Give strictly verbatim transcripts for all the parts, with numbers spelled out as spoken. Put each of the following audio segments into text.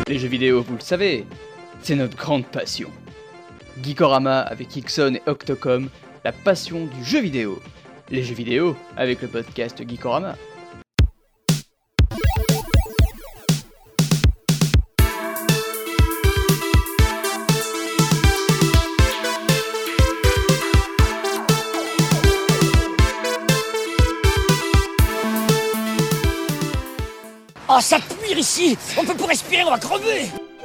Les jeux vidéo, vous le savez, c'est notre grande passion. Geekorama avec Ixon et Octocom, la passion du jeu vidéo. Les jeux vidéo avec le podcast Geekorama. Oh, ça pue ici! On peut plus respirer, on va crever!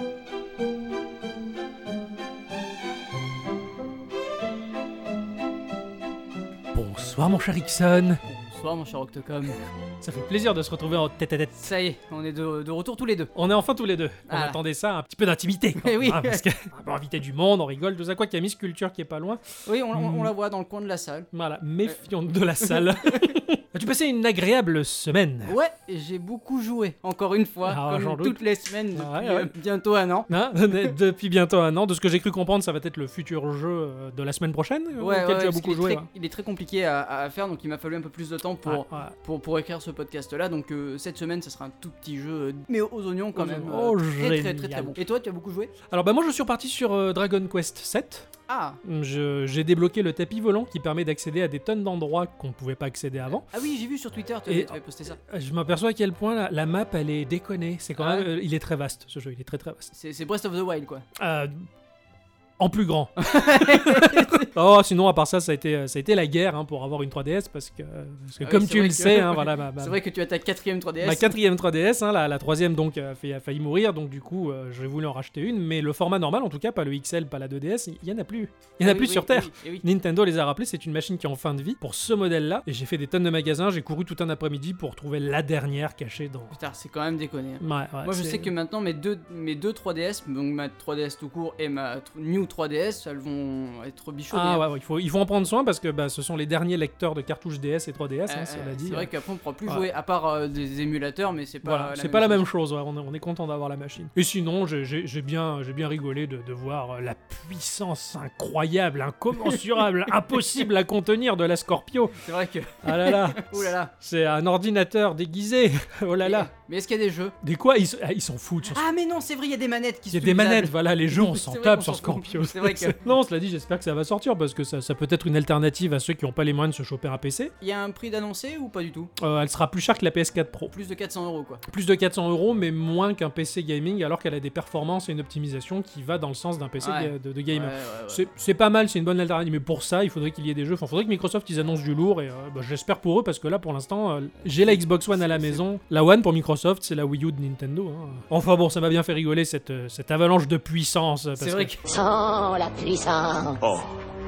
Bonsoir mon cher Ixon. Bonsoir mon cher Octocom. Ça fait plaisir de se retrouver en tête à tête. Ça y est, on est de, de retour tous les deux. On est enfin tous les deux. On Ah. attendait ça, un petit peu d'intimité. Quoi. Eh oui. Hein, parce que on va inviter du monde, on rigole, tout ça. Quoi qu'il y a Miss Culture qui est pas loin. Oui, on, on- Mm. on la voit dans le coin de la salle. Voilà, méfiante de la salle. As-tu passé une agréable semaine? Ouais, et j'ai beaucoup joué, encore une fois, Ah, j'en comme doute. toutes les semaines depuis Ah ouais, ouais. euh, bientôt un an. Hein Depuis bientôt un an. De ce que j'ai cru comprendre, ça va être le futur jeu euh, de la semaine prochaine, euh, Ouais, auquel ouais, tu as parce beaucoup qu'il est joué. très- ouais. il est très compliqué à, à faire, donc il m'a fallu un peu plus de temps pour, Ouais, ouais. pour, pour écrire ce podcast-là. Donc euh, cette semaine, ça sera un tout petit jeu, euh, mais aux oignons quand Aux même. oignons. Oh, très, très, très, très, génial. bon. Et toi, tu as beaucoup joué? Alors bah moi je suis reparti sur euh, Dragon Quest sept. Ah, Je- J'ai débloqué le tapis volant qui permet d'accéder à des tonnes d'endroits qu'on pouvait pas accéder avant. ah oui, j'ai vu sur Twitter, tu Et- avais, tu avais posté ça. Je m'aperçois à quel point la, la map elle est déconnée. C'est quand Ah même, euh, il est très vaste ce jeu, il est très très vaste. C'est c'est Breath of the Wild, quoi. Euh, en plus grand. Oh, sinon, à part ça, ça a été, ça a été la guerre hein, pour avoir une trois D S parce que, parce que Ah oui, comme c'est tu vrai le que- sais, hein, voilà, ma, ma- C'est vrai que tu as ta quatrième trois D S. ma quatrième trois D S, hein, la, la troisième donc a, fait- a failli mourir, donc du coup euh, j'ai voulu en racheter une, mais le format normal en tout cas, pas le X L, pas la deux D S, il y en a plus. Il y en a Ah oui, plus oui, sur Terre. oui, eh oui. Nintendo les a rappelés, c'est une machine qui est en fin de vie pour ce modèle-là, et j'ai fait des tonnes de magasins, j'ai couru tout un après-midi pour trouver la dernière cachée dans. Putain, c'est quand même déconné. hein. Ouais, ouais, Moi je c'est- sais que maintenant mes deux, mes deux trois D S, donc ma trois D S tout court et ma tr- New trois D S, elles vont être bichonnées. Ah hein. ouais, ouais, il faut, il faut en prendre soin parce que bah, ce sont les derniers lecteurs de cartouches D S et trois D S, hein, Euh, cela dit. c'est vrai qu'après on pourra plus ouais. jouer à part euh, des émulateurs, mais c'est pas Voilà, la c'est même pas la chose. même chose, ouais, on, est, on est content d'avoir la machine. Et sinon, j'ai- j'ai j'ai bien, j'ai bien rigolé de, de voir euh, la puissance incroyable, incommensurable, impossible à contenir de la Scorpio. C'est vrai que. Ah là là, Ouh là là. c'est un ordinateur déguisé. Oh là là. Mais est-ce qu'il y a des jeux? Des quoi ils, s- ah, ils s'en foutent sur Ah mais non, c'est vrai, il y a des manettes qui Il y a sont des utilisables. manettes, voilà, les jeux, on s'en C'est vrai tape qu'on sur s'en fout. Scorpio. C'est vrai que- Non, cela dit, j'espère que ça va sortir parce que ça, ça peut être une alternative à ceux qui n'ont pas les moyens de se choper un P C. Il y a un prix d'annoncer ou pas du tout? Euh, elle sera plus chère que la P S quatre Pro. Plus de quatre cents euros quoi. Plus de quatre cents euros, mais moins qu'un P C gaming, alors qu'elle a des performances et une optimisation qui va dans le sens d'un P C Ouais. ga- de, de Ouais, gamer. ouais, ouais. C'est- C'est pas mal, c'est une bonne alternative, mais pour ça, il faudrait qu'il y ait des jeux. Enfin, faudrait que Microsoft ils annoncent du lourd et euh, bah, j'espère pour eux parce que là, pour l'instant, euh, j'ai la Xbox One à la C'est- maison. La One pour Microsoft, c'est la Wii U de Nintendo. hein. Enfin bon, ça m'a bien fait rigoler cette, euh, cette avalanche de puissance. parce C'est vrai que que. Sans la puissance. Oh,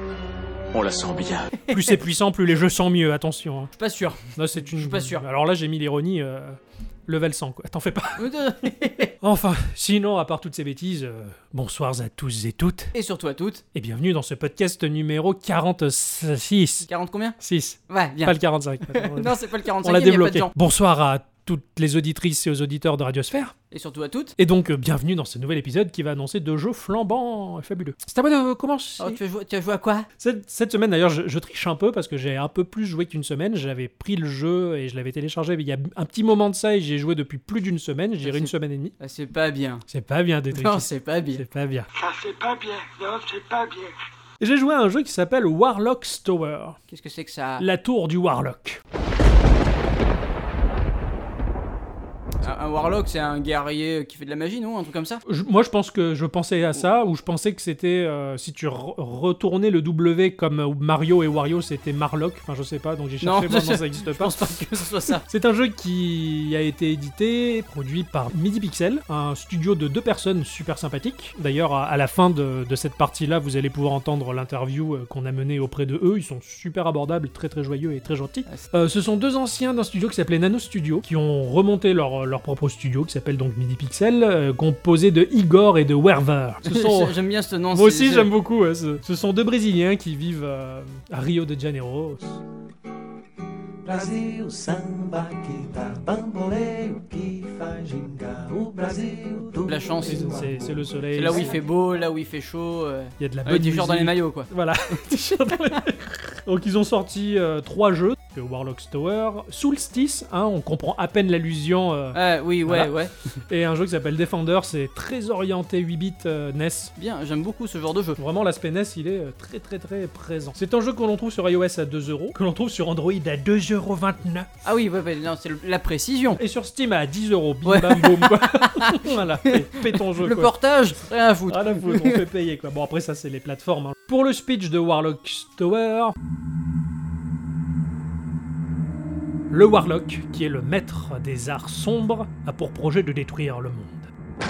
on la sent bien. plus c'est puissant, plus les jeux sont mieux. Attention. hein. Je suis pas sûr. Là, c'est une. Je suis pas sûr. Alors là, j'ai mis l'ironie. euh, Level cent, quoi. T'en fais pas. Enfin, sinon, à part toutes ces bêtises, euh, bonsoir à tous et toutes, Et surtout à toutes. et bienvenue dans ce podcast numéro quarante-six. quarante combien? six, Ouais, bien. pas le quarante-cinq. Non, c'est pas le quarante-cinq, On l'a il y a pas de débloqué. gens. Bonsoir à toutes les auditrices et aux auditeurs de Radiosphère. Et surtout à toutes. Et donc, euh, bienvenue dans ce nouvel épisode qui va annoncer deux jeux flambants et fabuleux. C'est à moi de commencer. Oh, tu, as joué, tu as joué à quoi? Cette, cette semaine, d'ailleurs, je, je triche un peu parce que j'ai un peu plus joué qu'une semaine. J'avais pris le jeu et je l'avais téléchargé il y a un petit moment de ça et j'y ai joué depuis plus d'une semaine. Je dirais une c'est- semaine et demie. Ah, c'est pas bien. C'est pas bien de tricher. Non, c'est pas bien. C'est pas bien. Ça c'est pas bien, non, c'est pas bien. Et j'ai joué à un jeu qui s'appelle Warlock's Tower. Qu'est-ce que c'est que ça? La tour du Warlock. Un, un Warlock, c'est un guerrier qui fait de la magie, non? Un truc comme ça? Je- moi, je pense que je pensais à ça, ou je pensais que c'était, euh, si tu re- retournais le W comme Mario et Wario, c'était Marlock. Enfin, je sais pas, donc j'ai cherché, Non, bon, je- non, ça n'existe Je pas. pense pas que ce soit ça. C'est un jeu qui a été édité, produit par Midi Pixel, un studio de deux personnes super sympathiques. D'ailleurs, à, à la fin de, de cette partie-là, vous allez pouvoir entendre l'interview euh, qu'on a menée auprès de eux. Ils sont super abordables, très très joyeux et très gentils. Ah, c'est- Euh, ce sont deux anciens d'un studio qui s'appelait Nano Studio, qui ont remonté leur, leur propre studio, qui s'appelle donc Midi Pixel, euh, composé de Igor et de Werver. Ce sont... J'aime bien ce nom. Moi c'est- aussi c'est- j'aime beaucoup, ouais, ce, ce sont deux Brésiliens qui vivent euh, à Rio de Janeiro. Brasil, samba que dá bamboleio que faz gingar o Brasil do La chance. C'est- C'est c'est le soleil. C'est là où il c'est- fait beau, là où il fait chaud. euh, Il y a de la Avec bonne des joueurs dans les musique. maillots, quoi. Voilà. Donc ils ont sorti euh, trois jeux. que Warlock's Tower, Soulstice, hein, on comprend à peine l'allusion, euh, Ah oui, ouais, Voilà. ouais. et un jeu qui s'appelle Defender, c'est très orienté huit bits euh, N E S. Bien, j'aime beaucoup ce genre de jeu. Vraiment, l'aspect N E S, il est euh, très très très présent. C'est un jeu que l'on trouve sur iOS à deux euros, que l'on trouve sur Android à deux euros vingt-neuf, Ah oui, ouais, ouais, non, c'est le- la précision. et sur Steam à dix euros. Bim Ouais. bam boum, quoi. Voilà, fais, fais ton jeu, Le quoi. portage, rien à foutre. Ah la foutre, on fait payer, quoi. Bon, après, ça, c'est les plateformes, hein. Pour le speech de Warlock's Tower... Le Warlock, qui est le maître des arts sombres, a pour projet de détruire le monde.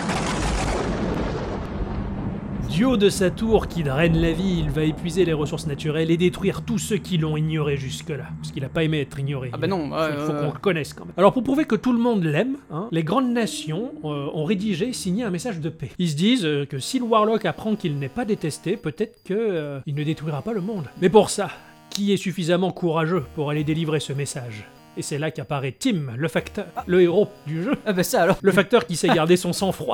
Du haut de sa tour qui draine la vie, il va épuiser les ressources naturelles et détruire tous ceux qui l'ont ignoré jusque-là. Parce qu'il a pas aimé être ignoré. Ah bah non, il ouais, faut, il faut ouais, qu'on ouais. le connaisse quand même. Alors pour prouver que tout le monde l'aime, hein, les grandes nations euh, ont rédigé et signé un message de paix. Ils se disent euh, que si le Warlock apprend qu'il n'est pas détesté, peut-être qu'il euh, ne détruira pas le monde. Mais pour ça, qui est suffisamment courageux pour aller délivrer ce message ? Et c'est là qu'apparaît Tim, le facteur, le héros du jeu. Ah bah ça alors. Le facteur qui sait garder son sang-froid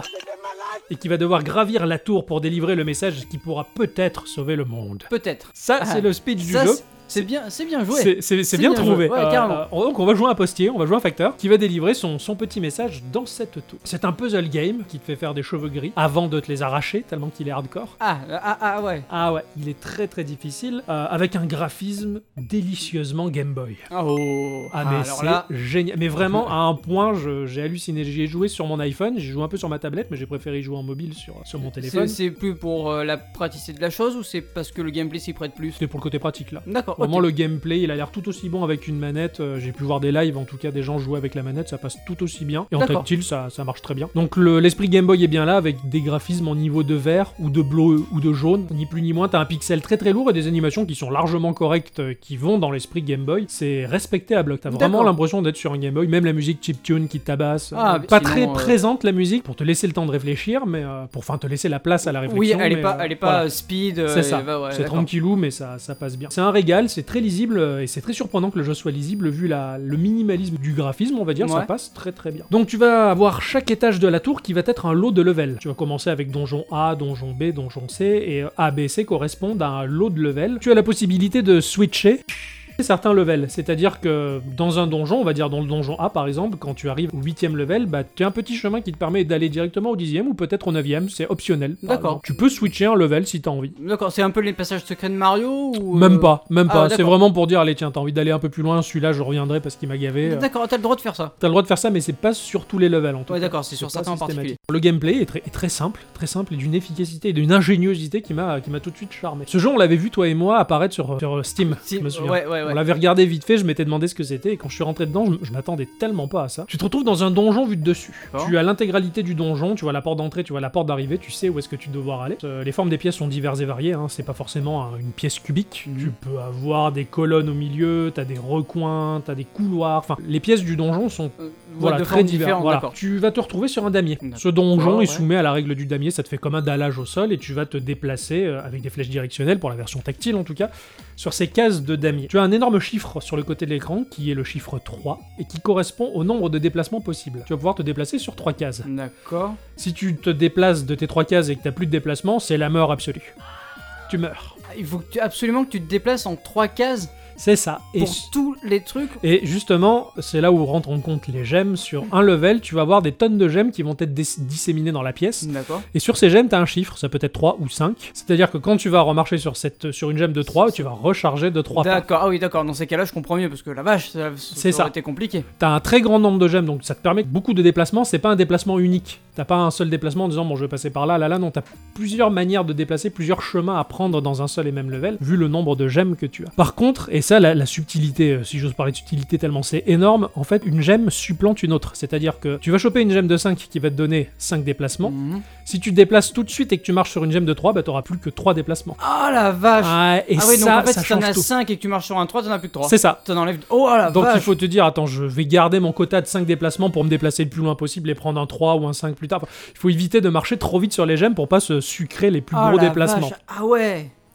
et qui va devoir gravir la tour pour délivrer le message qui pourra peut-être sauver le monde. Peut-être. Ça, Ah, c'est le speech du ça, jeu. c'est- C'est bien, c'est bien joué. C'est- C'est c'est C'est bien, bien trouvé. joué. Ouais, carrément. donc on va jouer un postier, on va jouer un facteur qui va délivrer son, son petit message dans cette tour. C'est un puzzle game qui te fait faire des cheveux gris avant de te les arracher tellement qu'il est hardcore. Ah, ah, ah ouais. Ah ouais, il est très très difficile euh, avec un graphisme délicieusement Game Boy. Oh. Ah mais alors c'est là, génial, mais vraiment à un point je- j'ai halluciné, j'y ai joué sur mon iPhone, j'ai joué un peu sur ma tablette mais j'ai préféré y jouer en mobile sur, sur mon téléphone. c'est c'est plus pour euh, la praticité de la chose ou c'est parce que le gameplay s'y prête plus? C'était pour le côté pratique là. D'accord. Vraiment ok. le gameplay il a l'air tout aussi bon avec une manette, euh, j'ai pu voir des lives en tout cas des gens jouer avec la manette, ça passe tout aussi bien et en D'accord. tactile ça, ça marche très bien. Donc le- l'esprit Game Boy est bien là avec des graphismes en niveau de vert ou de bleu ou de jaune, ni plus ni moins, t'as un pixel très très lourd et des animations qui sont largement correctes, euh, qui vont dans l'esprit Game Boy, c'est respecté à bloc, t'as vraiment D'accord. l'impression d'être sur un Game Boy, même la musique chiptune qui tabasse, Ah, euh, mais pas sinon, très euh, présente la musique pour te laisser le temps de réfléchir, mais euh, pour enfin te laisser la place à la réflexion. Oui, elle est mais, pas, euh, elle est pas voilà. euh, speed. euh, C'est ça, et bah ouais, c'est d'accord. tranquillou mais ça, ça passe bien. C'est un régal, c'est très lisible euh, et c'est très surprenant que le jeu soit lisible vu la, le minimalisme du graphisme, on va dire, ça Ouais. passe très très bien. Donc tu vas avoir chaque étage de la tour qui va être un lot de level. Tu vas commencer avec donjon A, donjon B, donjon C et euh, A, B, C correspondent à un lot de level. Tu as la possibilité de switcher certains levels, c'est-à-dire que dans un donjon, on va dire dans le donjon A par exemple, quand tu arrives au huitième level, bah tu as un petit chemin qui te permet d'aller directement au dixième ou peut-être au neuvième, c'est optionnel. par D'accord. exemple. Tu peux switcher un level si t'as envie. D'accord, c'est un peu les passages secrets de Mario ou. Même euh, pas, même ah, pas. C'est d'accord. vraiment pour dire, allez tiens, t'as envie d'aller un peu plus loin, celui-là je reviendrai parce qu'il m'a gavé. euh. D'accord, t'as le droit de faire ça. T'as le droit de faire ça, mais c'est pas sur tous les levels en tout Ouais, cas. d'accord, c'est sur pas certains en systématique. particulier. Le gameplay est très, est très simple, très simple et d'une efficacité et d'une ingéniosité qui m'a qui m'a tout de suite charmé. Ce jeu, on l'avait vu toi et moi apparaître sur, sur Steam, Si, je me souviens. ouais, ouais, ouais. On l'avait regardé vite fait, je m'étais demandé ce que c'était et quand je suis rentré dedans, je, je m'attendais tellement pas à ça. Tu te retrouves dans un donjon vu de dessus. D'accord. Tu as l'intégralité du donjon, tu vois la porte d'entrée, tu vois la porte d'arrivée, tu sais où est-ce que tu dois devoir aller. Euh, les formes des pièces sont diverses et variées, hein, c'est pas forcément un- une pièce cubique. Mhm. Tu peux avoir des colonnes au milieu, t'as des recoins, t'as des couloirs, enfin les pièces du donjon sont Euh, voilà, de très formes divers. différentes, Voilà. d'accord. Tu vas te retrouver sur un damier. D'accord. Ce donjon Ouais, est ouais. soumis à la règle du damier, ça te fait comme un dallage au sol et tu vas te déplacer euh, avec des flèches directionnelles, pour la version tactile en tout cas, sur ces cases de damier. Tu as un énorme chiffre sur le côté de l'écran qui est le chiffre trois et qui correspond au nombre de déplacements possibles. Tu vas pouvoir te déplacer sur trois cases. D'accord. Si tu te déplaces de tes trois cases et que t'as plus de déplacement, c'est la mort absolue. Tu meurs. Ah, il faut que tu- absolument que tu te déplaces en trois cases C'est ça. Et pour tous les trucs. Et justement, c'est là où rentrent en compte les gemmes. Sur un level, tu vas avoir des tonnes de gemmes qui vont être dis- disséminées dans la pièce. D'accord. Et sur ces gemmes, tu as un chiffre, ça peut être trois ou cinq. C'est-à-dire que quand tu vas remarcher sur, cette, sur une gemme de trois, tu vas recharger de trois pas. D'accord, ah oui, d'accord. Dans ces cas-là, je comprends mieux parce que la vache, ça, C'est ça. aurait été compliqué. Tu as un très grand nombre de gemmes, donc ça te permet beaucoup de déplacements. C'est pas un déplacement unique. T'as pas un seul déplacement en disant bon, je vais passer par là, là, là. Non, t'as plusieurs manières de déplacer, plusieurs chemins à prendre dans un seul et même level, vu le nombre de gemmes que tu as. Par contre, et ça, la, la subtilité, euh, si j'ose parler de subtilité tellement c'est énorme, en fait, une gemme supplante une autre. C'est-à-dire que tu vas choper une gemme de cinq qui va te donner cinq déplacements. Mhm. Si tu te déplaces tout de suite et que tu marches sur une gemme de trois, bah t'auras plus que trois déplacements. Ah la vache. Ah, et ah oui, donc ça, en fait, ça si t'en change as tout. cinq et que tu marches sur un trois, t'en as plus que trois. C'est ça. T'en enlèves. Oh la Donc vache. il faut te dire, attends, je vais garder mon quota de cinq déplacements pour me déplacer le plus loin possible et prendre un trois ou un cinq plus tard. Enfin, il faut éviter de marcher trop vite sur les gemmes pour pas se sucrer les plus Ah gros la déplacements. vache. Ah ouais.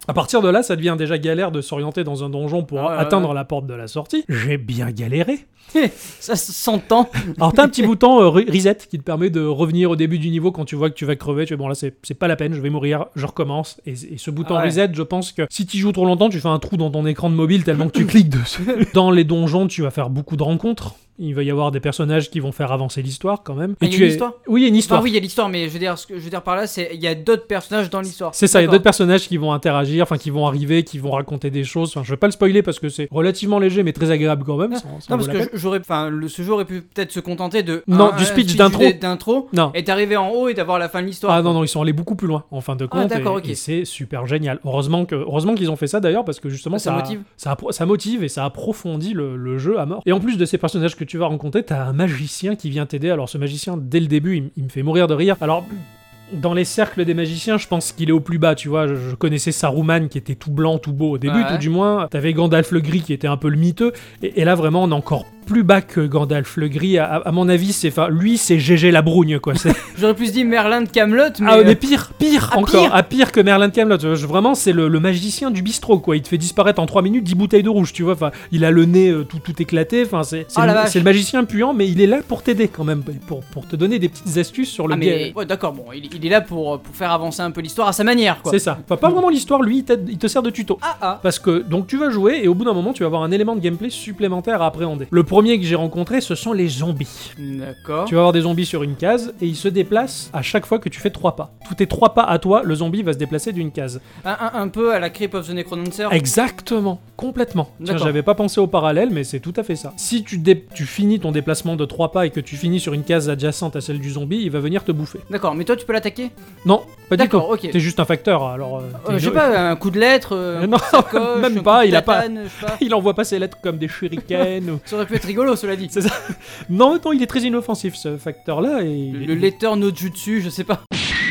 À partir de là, ça devient déjà galère de s'orienter dans un donjon pour Ah ouais, atteindre ouais. la porte de la sortie. J'ai bien galéré. Ça s'entend. Alors t'as un petit bouton euh, re- reset qui te permet de revenir au début du niveau quand tu vois que tu vas crever. Tu fais bon là c'est, c'est pas la peine, je vais mourir, je recommence. Et, et ce bouton Ah ouais. reset, je pense que si tu joues trop longtemps, tu fais un trou dans ton écran de mobile tellement que tu cliques dessus. Dans les donjons, tu vas faire beaucoup de rencontres. Il va y avoir des personnages qui vont faire avancer l'histoire quand même. Ah, il y a tu une es- histoire Oui, il y a une histoire. Enfin, oui, il y a l'histoire, mais je veux dire, ce que je veux dire par là, c'est il y a d'autres personnages dans l'histoire. C'est ça, il y a D'accord. d'autres personnages qui vont interagir, enfin qui vont arriver, qui vont raconter des choses. Enfin, je vais pas le spoiler parce que c'est relativement léger mais très agréable quand même. Ah, ça- ça Non, vaut parce la que peine. j'aurais, enfin, le, ce jeu aurait pu peut-être se contenter de Non, un- du un speech d'intro. d- d'intro, Non. et d'arriver en haut et d'avoir la fin de l'histoire. Ah non, non, ils sont allés beaucoup plus loin en fin de compte. d'accord, et, ok. et c'est super génial. Heureusement, que, heureusement qu'ils ont fait ça d'ailleurs parce que justement Ah, ça ça, motive. ça, appro- ça motive et ça approfondit le, le jeu à mort. Et en plus de ces personnages que tu vas rencontrer, t'as un magicien qui vient t'aider. Alors ce magicien, dès le début, il, m- il me fait mourir de rire. Alors. Dans les cercles des magiciens, je pense qu'il est au plus bas, tu vois. Je, je connaissais Saruman qui était tout blanc, tout beau au début, Ouais. tout du moins. T'avais Gandalf le Gris qui était un peu le miteux. Et, et là, vraiment, on est encore plus bas que Gandalf le Gris. À, à mon avis, c'est, enfin, lui, c'est G G la Brougne, quoi. C'est, J'aurais plus dit Merlin de Camelot, mais, ah ouais, euh, mais pire, pire Ah, encore, pire. ah pire que Merlin de Camelot. Je- Vraiment, c'est le, le magicien du bistrot, quoi. Il te fait disparaître en trois minutes dix bouteilles de rouge, tu vois. Enfin, il a le nez euh, tout, tout éclaté. Enfin, c'est, c'est, Ah, la le, vache. c'est le magicien puant, mais il est là pour t'aider quand même, pour, pour te donner des petites astuces sur le ah, mais ga- ouais, d'accord, bon, il, il est là pour, pour faire avancer un peu l'histoire à sa manière, quoi. C'est ça. Enfin, pas vraiment l'histoire, lui, il, t'aide- il te sert de tuto. Ah ah. Parce que donc tu vas jouer et au bout d'un moment tu vas avoir un élément de gameplay supplémentaire à appréhender. Le premier que j'ai rencontré, ce sont les zombies. D'accord. Tu vas avoir des zombies sur une case et ils se déplacent à chaque fois que tu fais trois pas. Tous tes trois pas à toi, le zombie va se déplacer d'une case. Un, un, un peu à la Crypt of the Necrodancer. Exactement, complètement. Tiens, D'accord. j'avais pas pensé au parallèle, mais c'est tout à fait ça. Si tu, dé- tu finis ton déplacement de trois pas et que tu finis sur une case adjacente à celle du zombie, il va venir te bouffer. D'accord, mais toi tu peux l'attaquer. Non, pas du tout. D'accord, ok. T'es juste un facteur, alors. euh, t'es Euh, une- je sais pas, un coup de lettre, euh, un Non, coup de sacoche, même un pas, coup de il a pas- tatane, je sais pas. Il envoie pas ses lettres comme des shurikens. ou- Ça aurait pu être rigolo, cela dit. C'est ça. Non, non, il est très inoffensif ce facteur-là. Et... Le, le lecteur no jutsu, je sais pas.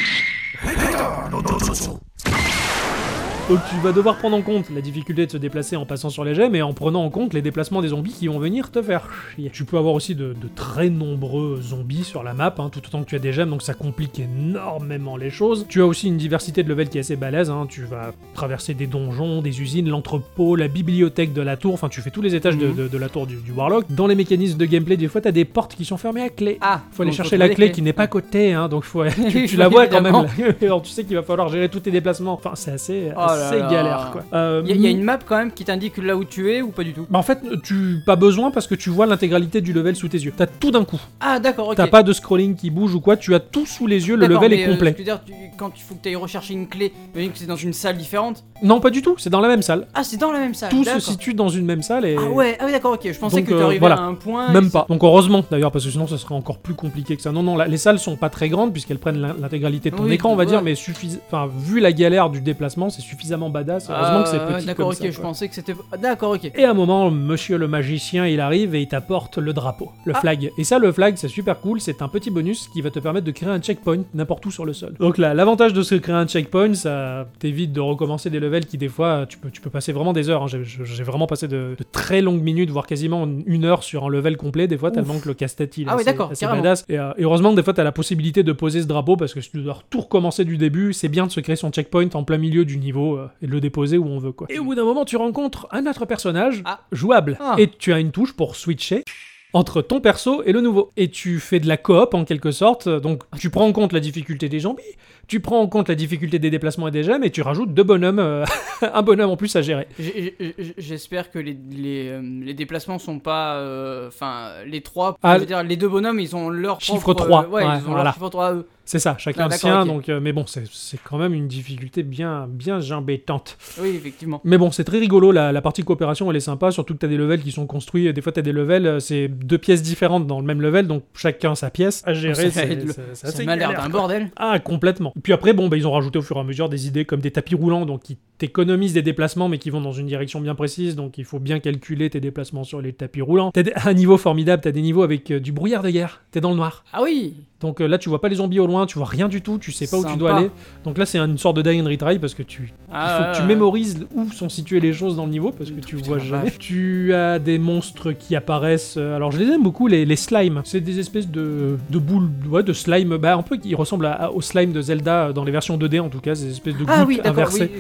Donc tu vas devoir prendre en compte la difficulté de se déplacer en passant sur les gemmes et en prenant en compte les déplacements des zombies qui vont venir te faire chier. Tu peux avoir aussi de, de très nombreux zombies sur la map, hein, tout autant que tu as des gemmes, donc ça complique énormément les choses. Tu as aussi une diversité de levels qui est assez balèze, hein. Tu vas traverser des donjons, des usines, l'entrepôt, la bibliothèque de la tour, enfin tu fais tous les étages de, Mhm. de- de la tour du, du Warlock. Dans les mécanismes de gameplay, des fois tu as des portes qui sont fermées à clé. Ah, Faut aller donc, chercher faut la trouver clé les qui n'est pas à côté, hein, donc faut, tu, tu Oui, la vois quand même. évidemment. Là. Alors tu sais qu'il va falloir gérer tous tes déplacements. Enfin, c'est assez, Oh là assez là. galère quoi. Euh, Il y, a- y a une map quand même qui t'indique là où tu es ou pas du tout. Bah en fait, tu pas besoin parce que tu vois l'intégralité du level sous tes yeux. T'as tout d'un coup. Ah d'accord, ok. T'as pas de scrolling qui bouge ou quoi, tu as tout sous les yeux, le D'accord, level mais, est euh, complet. je veux dire, tu- quand il faut que tu ailles rechercher une clé, j'imagine que c'est dans une salle différente. Non, pas du tout, c'est dans la même salle. Ah, c'est dans la même salle. Tout d'accord. se situe dans une même salle et... Ah ouais, ah oui d'accord, ok. Je pensais Donc, que tu euh, arrivais voilà. à un point. Même et pas. Donc heureusement d'ailleurs, parce que sinon ça serait encore plus compliqué que ça. Non, non, là, les salles sont pas très grandes puisqu'elles prennent l'in- l'intégralité de ton Oui, écran, on va ouais. dire, mais suffis... enfin, vu la galère du déplacement, c'est suffisamment badass. Heureusement que c'est Ah, petit d'accord, comme ok. ça, Je quoi. pensais que c'était. Ah, d'accord, ok. Et à un moment, monsieur le magicien, il arrive et il t'apporte le drapeau, le Ah. flag. Et ça, le flag, c'est super cool, c'est un petit bonus qui va te permettre de créer un checkpoint n'importe où sur le sol. Donc là, l'avantage de se créer un checkpoint, ça t'évite de recommencer des levels qui, des fois, tu peux, tu peux passer vraiment des heures. hein. J'ai, j'ai vraiment passé de, de très longues minutes, voire quasiment une heure sur un level complet, des fois, tellement que le casse-tête, il est Ah oui, assez, d'accord, assez carrément. badass. Et, euh, et heureusement, des fois, t'as la possibilité de poser ce drapeau, parce que si tu dois tout recommencer du début, c'est bien de se créer son checkpoint en plein milieu du niveau euh, et de le déposer où on veut, quoi. Et au bout d'un moment, tu rencontres un autre personnage Ah. jouable. Ah. Et tu as une touche pour switcher entre ton perso et le nouveau. Et tu fais de la coop en quelque sorte, donc tu prends en compte la difficulté des zombies, tu prends en compte la difficulté des déplacements et des gemmes, et tu rajoutes deux bonhommes, euh, un bonhomme en plus à gérer. J'ai- j'ai- J'espère que les, les, euh, les déplacements sont pas. Enfin, les trois. Ah, je veux dire, les deux bonhommes, ils ont leur chiffre propre, trois, euh, ouais, ouais, ils ont voilà. leur chiffre trois à eux. C'est ça, chacun Ah, le d'accord, sien, ok. donc, euh, mais bon, c'est, c'est quand même une difficulté bien, bien embêtante. Oui, effectivement. Mais bon, c'est très rigolo, la, la partie coopération, elle est sympa, surtout que t'as des levels qui sont construits, et des fois t'as des levels, euh, c'est deux pièces différentes dans le même level, donc chacun sa pièce à gérer, Ça, c'est, le- c'est- c'est Ça assez m'a l'air galère, d'un quoi. bordel. Ah, complètement. Puis après, bon, bah, ils ont rajouté au fur et à mesure des idées comme des tapis roulants, donc qui t'économisent des déplacements, mais qui vont dans une direction bien précise, donc il faut bien calculer tes déplacements sur les tapis roulants. T'as des- un niveau formidable, t'as des niveaux avec euh, du brouillard de guerre, t'es dans le noir. Ah oui. Donc euh, là, tu vois pas les zombies au loin, tu vois rien du tout, tu sais pas où tu dois Sympa. aller. Donc là, c'est une sorte de die and retry parce que tu, Ah, il faut ouais, que tu ouais. mémorises où sont situées les choses dans le niveau parce que tu Putain, vois la jamais. vache. Tu as des monstres qui apparaissent. euh, Alors je les aime beaucoup, les, les slimes. C'est des espèces de, de boules, ouais, de slime, bah un peu qui ressemblent à- à- au slime de Zelda dans les versions deux D en tout cas, ces espèces de Ah gouttes oui, d'accord. inversées. Oui. Quand tu leur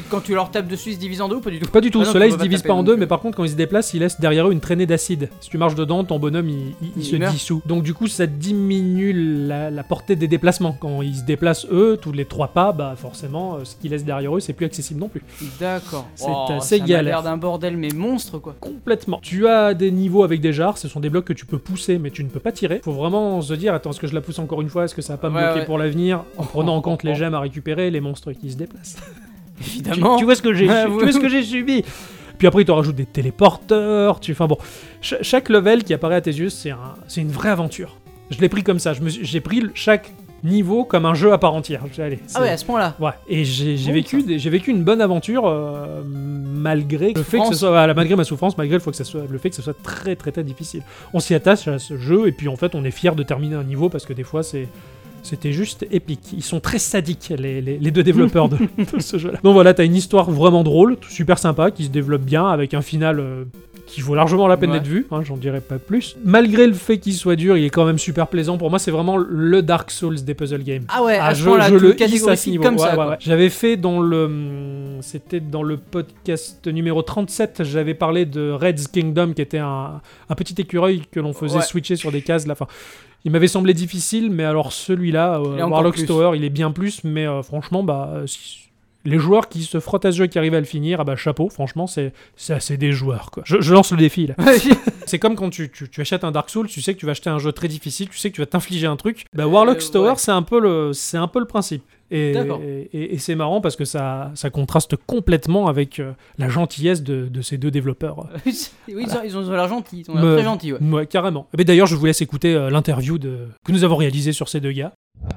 leur tape dessus, ils se divisent en deux ou pas du tout? Pas du tout, Ah non, ceux-là tu ils se peux pas divisent taper pas en non deux, plus. mais par contre quand ils se déplacent, ils laissent derrière eux une traînée d'acide. Si tu marches dedans, ton bonhomme il, il- il Il se meurt. dissout. Donc du coup ça diminue la, la portée des déplacements. Quand ils se déplacent eux, tous les trois pas, bah forcément euh, ce qu'ils laissent derrière eux c'est plus accessible non plus. D'accord. C'est Oh, assez ça m'a galère. l'air d'un bordel, mais monstre quoi. Complètement. Tu as des niveaux avec des jarres, ce sont des blocs que tu peux pousser mais tu ne peux pas tirer. Faut vraiment se dire, attends, est-ce que je la pousse encore une fois? Est-ce que ça va pas me Ouais, bloquer ouais. pour l'avenir? En prenant en compte les gemmes à récupérer, les monstres qui se déplacent. Tu, Évidemment. tu vois ce que j'ai, Ouais, tu oui. vois ce que j'ai subi. Puis après, il te rajoute des téléporteurs. Tu, enfin bon, Ch- chaque level qui apparaît à tes yeux, c'est un, c'est une vraie aventure. Je l'ai pris comme ça. Je me suis- j'ai pris le- chaque niveau comme un jeu à part entière. J'ai- Allez, Ah c'est- ouais, à ce point-là. Ouais. Et j'ai, j'ai Bon, vécu, ça. des- j'ai vécu une bonne aventure euh, malgré le fait que ce Souffrance. soit, voilà, malgré ma souffrance, malgré le fait que ça soit, le fait que ce soit très très très difficile. On s'y attache à ce jeu et puis en fait, on est fier de terminer un niveau parce que des fois, c'est C'était juste épique. Ils sont très sadiques, les, les, les deux développeurs de, de ce jeu-là. Donc voilà, t'as une histoire vraiment drôle, super sympa, qui se développe bien, avec un final euh, qui vaut largement la peine Ouais. d'être vu, hein, j'en dirais pas plus. Malgré le fait qu'il soit dur, il est quand même super plaisant. Pour moi, c'est vraiment le Dark Souls des puzzle games. Ah ouais, à Ah, ce je, point-là, je tu le le hisse à ce catégorifies niveau. comme Ouais, ça. ouais, quoi. ouais. J'avais fait dans le... hum, C'était dans le podcast numéro trente-sept, j'avais parlé de Red's Kingdom, qui était un, un petit écureuil que l'on faisait Ouais. switcher sur des cases. Là. Enfin, il m'avait semblé difficile, mais alors celui-là, euh, Il est encore Warlock's plus. Tower, il est bien plus, mais euh, franchement, bah... euh, si- les joueurs qui se frottent à ce jeu et qui arrivent à le finir, ah bah chapeau, franchement, c'est, c'est assez des joueurs, quoi. Je, je lance le défi, là. C'est comme quand tu, tu, tu achètes un Dark Souls, tu sais que tu vas acheter un jeu très difficile, tu sais que tu vas t'infliger un truc. Bah, Warlock's Euh, Tower, ouais. c'est un peu le, c'est un peu le principe. Et, D'accord. et, et- et c'est marrant parce que ça, ça contraste complètement avec euh, la gentillesse de, de ces deux développeurs. oui, ils ont, ils ont l'air gentils, ils ont l'air Me- très gentils, ouais. Ouais, carrément. Et d'ailleurs, je vous laisse écouter euh, l'interview de... que nous avons réalisée sur ces deux gars.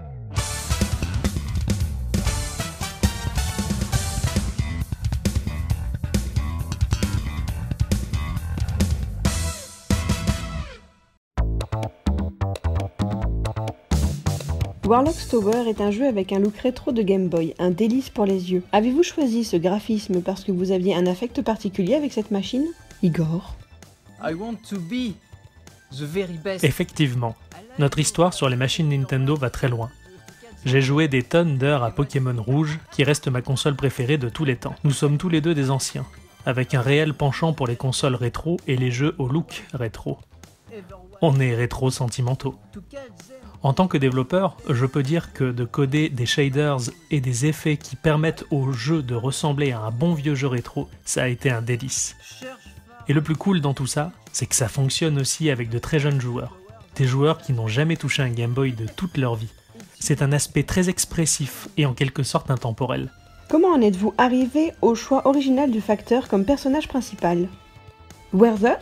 Warlock's Tower est un jeu avec un look rétro de Game Boy, un délice pour les yeux. Avez-vous choisi ce graphisme parce que vous aviez un affect particulier avec cette machine? Igor? I want to be the very best. Effectivement, notre histoire sur les machines Nintendo va très loin. J'ai joué des tonnes d'heures à Pokémon Rouge, qui reste ma console préférée de tous les temps. Nous sommes tous les deux des anciens, avec un réel penchant pour les consoles rétro et les jeux au look rétro. On est rétro-sentimentaux. En tant que développeur, je peux dire que de coder des shaders et des effets qui permettent au jeu de ressembler à un bon vieux jeu rétro, ça a été un délice. Et le plus cool dans tout ça, c'est que ça fonctionne aussi avec de très jeunes joueurs. Des joueurs qui n'ont jamais touché un Game Boy de toute leur vie. C'est un aspect très expressif et en quelque sorte intemporel. Comment en êtes-vous arrivé au choix original du facteur comme personnage principal? Werther?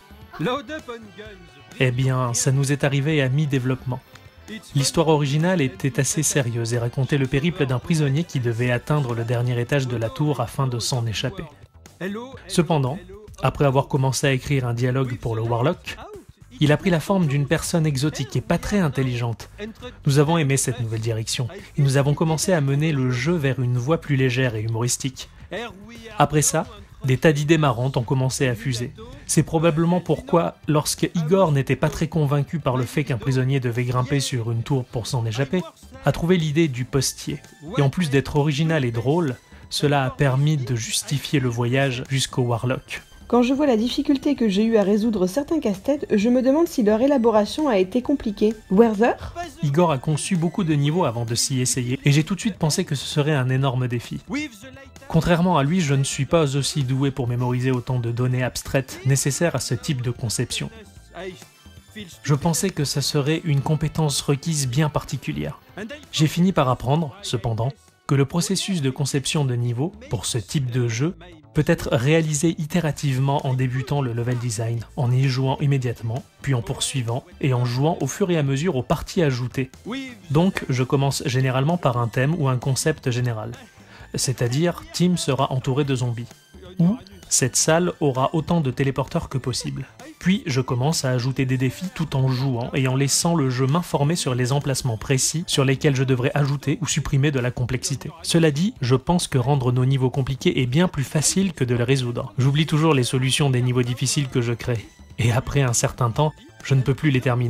Eh bien, ça nous est arrivé à mi-développement. L'histoire originale était assez sérieuse et racontait le périple d'un prisonnier qui devait atteindre le dernier étage de la tour afin de s'en échapper. Cependant, après avoir commencé à écrire un dialogue pour le Warlock, il a pris la forme d'une personne exotique et pas très intelligente. Nous avons aimé cette nouvelle direction et nous avons commencé à mener le jeu vers une voie plus légère et humoristique. Après ça, des tas d'idées marrantes ont commencé à fuser. C'est probablement pourquoi, lorsque Igor n'était pas très convaincu par le fait qu'un prisonnier devait grimper sur une tour pour s'en échapper, a trouvé l'idée du postier. Et en plus d'être original et drôle, cela a permis de justifier le voyage jusqu'au Warlock. Quand je vois la difficulté que j'ai eu à résoudre certains casse-têtes, je me demande si leur élaboration a été compliquée. Werther? Igor a conçu beaucoup de niveaux avant de s'y essayer, et j'ai tout de suite pensé que ce serait un énorme défi. Contrairement à lui, je ne suis pas aussi doué pour mémoriser autant de données abstraites nécessaires à ce type de conception. Je pensais que ça serait une compétence requise bien particulière. J'ai fini par apprendre, cependant, que le processus de conception de niveau, pour ce type de jeu, peut être réalisé itérativement en débutant le level design, en y jouant immédiatement, puis en poursuivant, et en jouant au fur et à mesure aux parties ajoutées. Donc, je commence généralement par un thème ou un concept général. C'est-à-dire, Tim sera entouré de zombies. Ou, cette salle aura autant de téléporteurs que possible. Puis, je commence à ajouter des défis tout en jouant et en laissant le jeu m'informer sur les emplacements précis sur lesquels je devrais ajouter ou supprimer de la complexité. Cela dit, je pense que rendre nos niveaux compliqués est bien plus facile que de les résoudre. J'oublie toujours les solutions des niveaux difficiles que je crée. Et après un certain temps, je ne peux plus les terminer.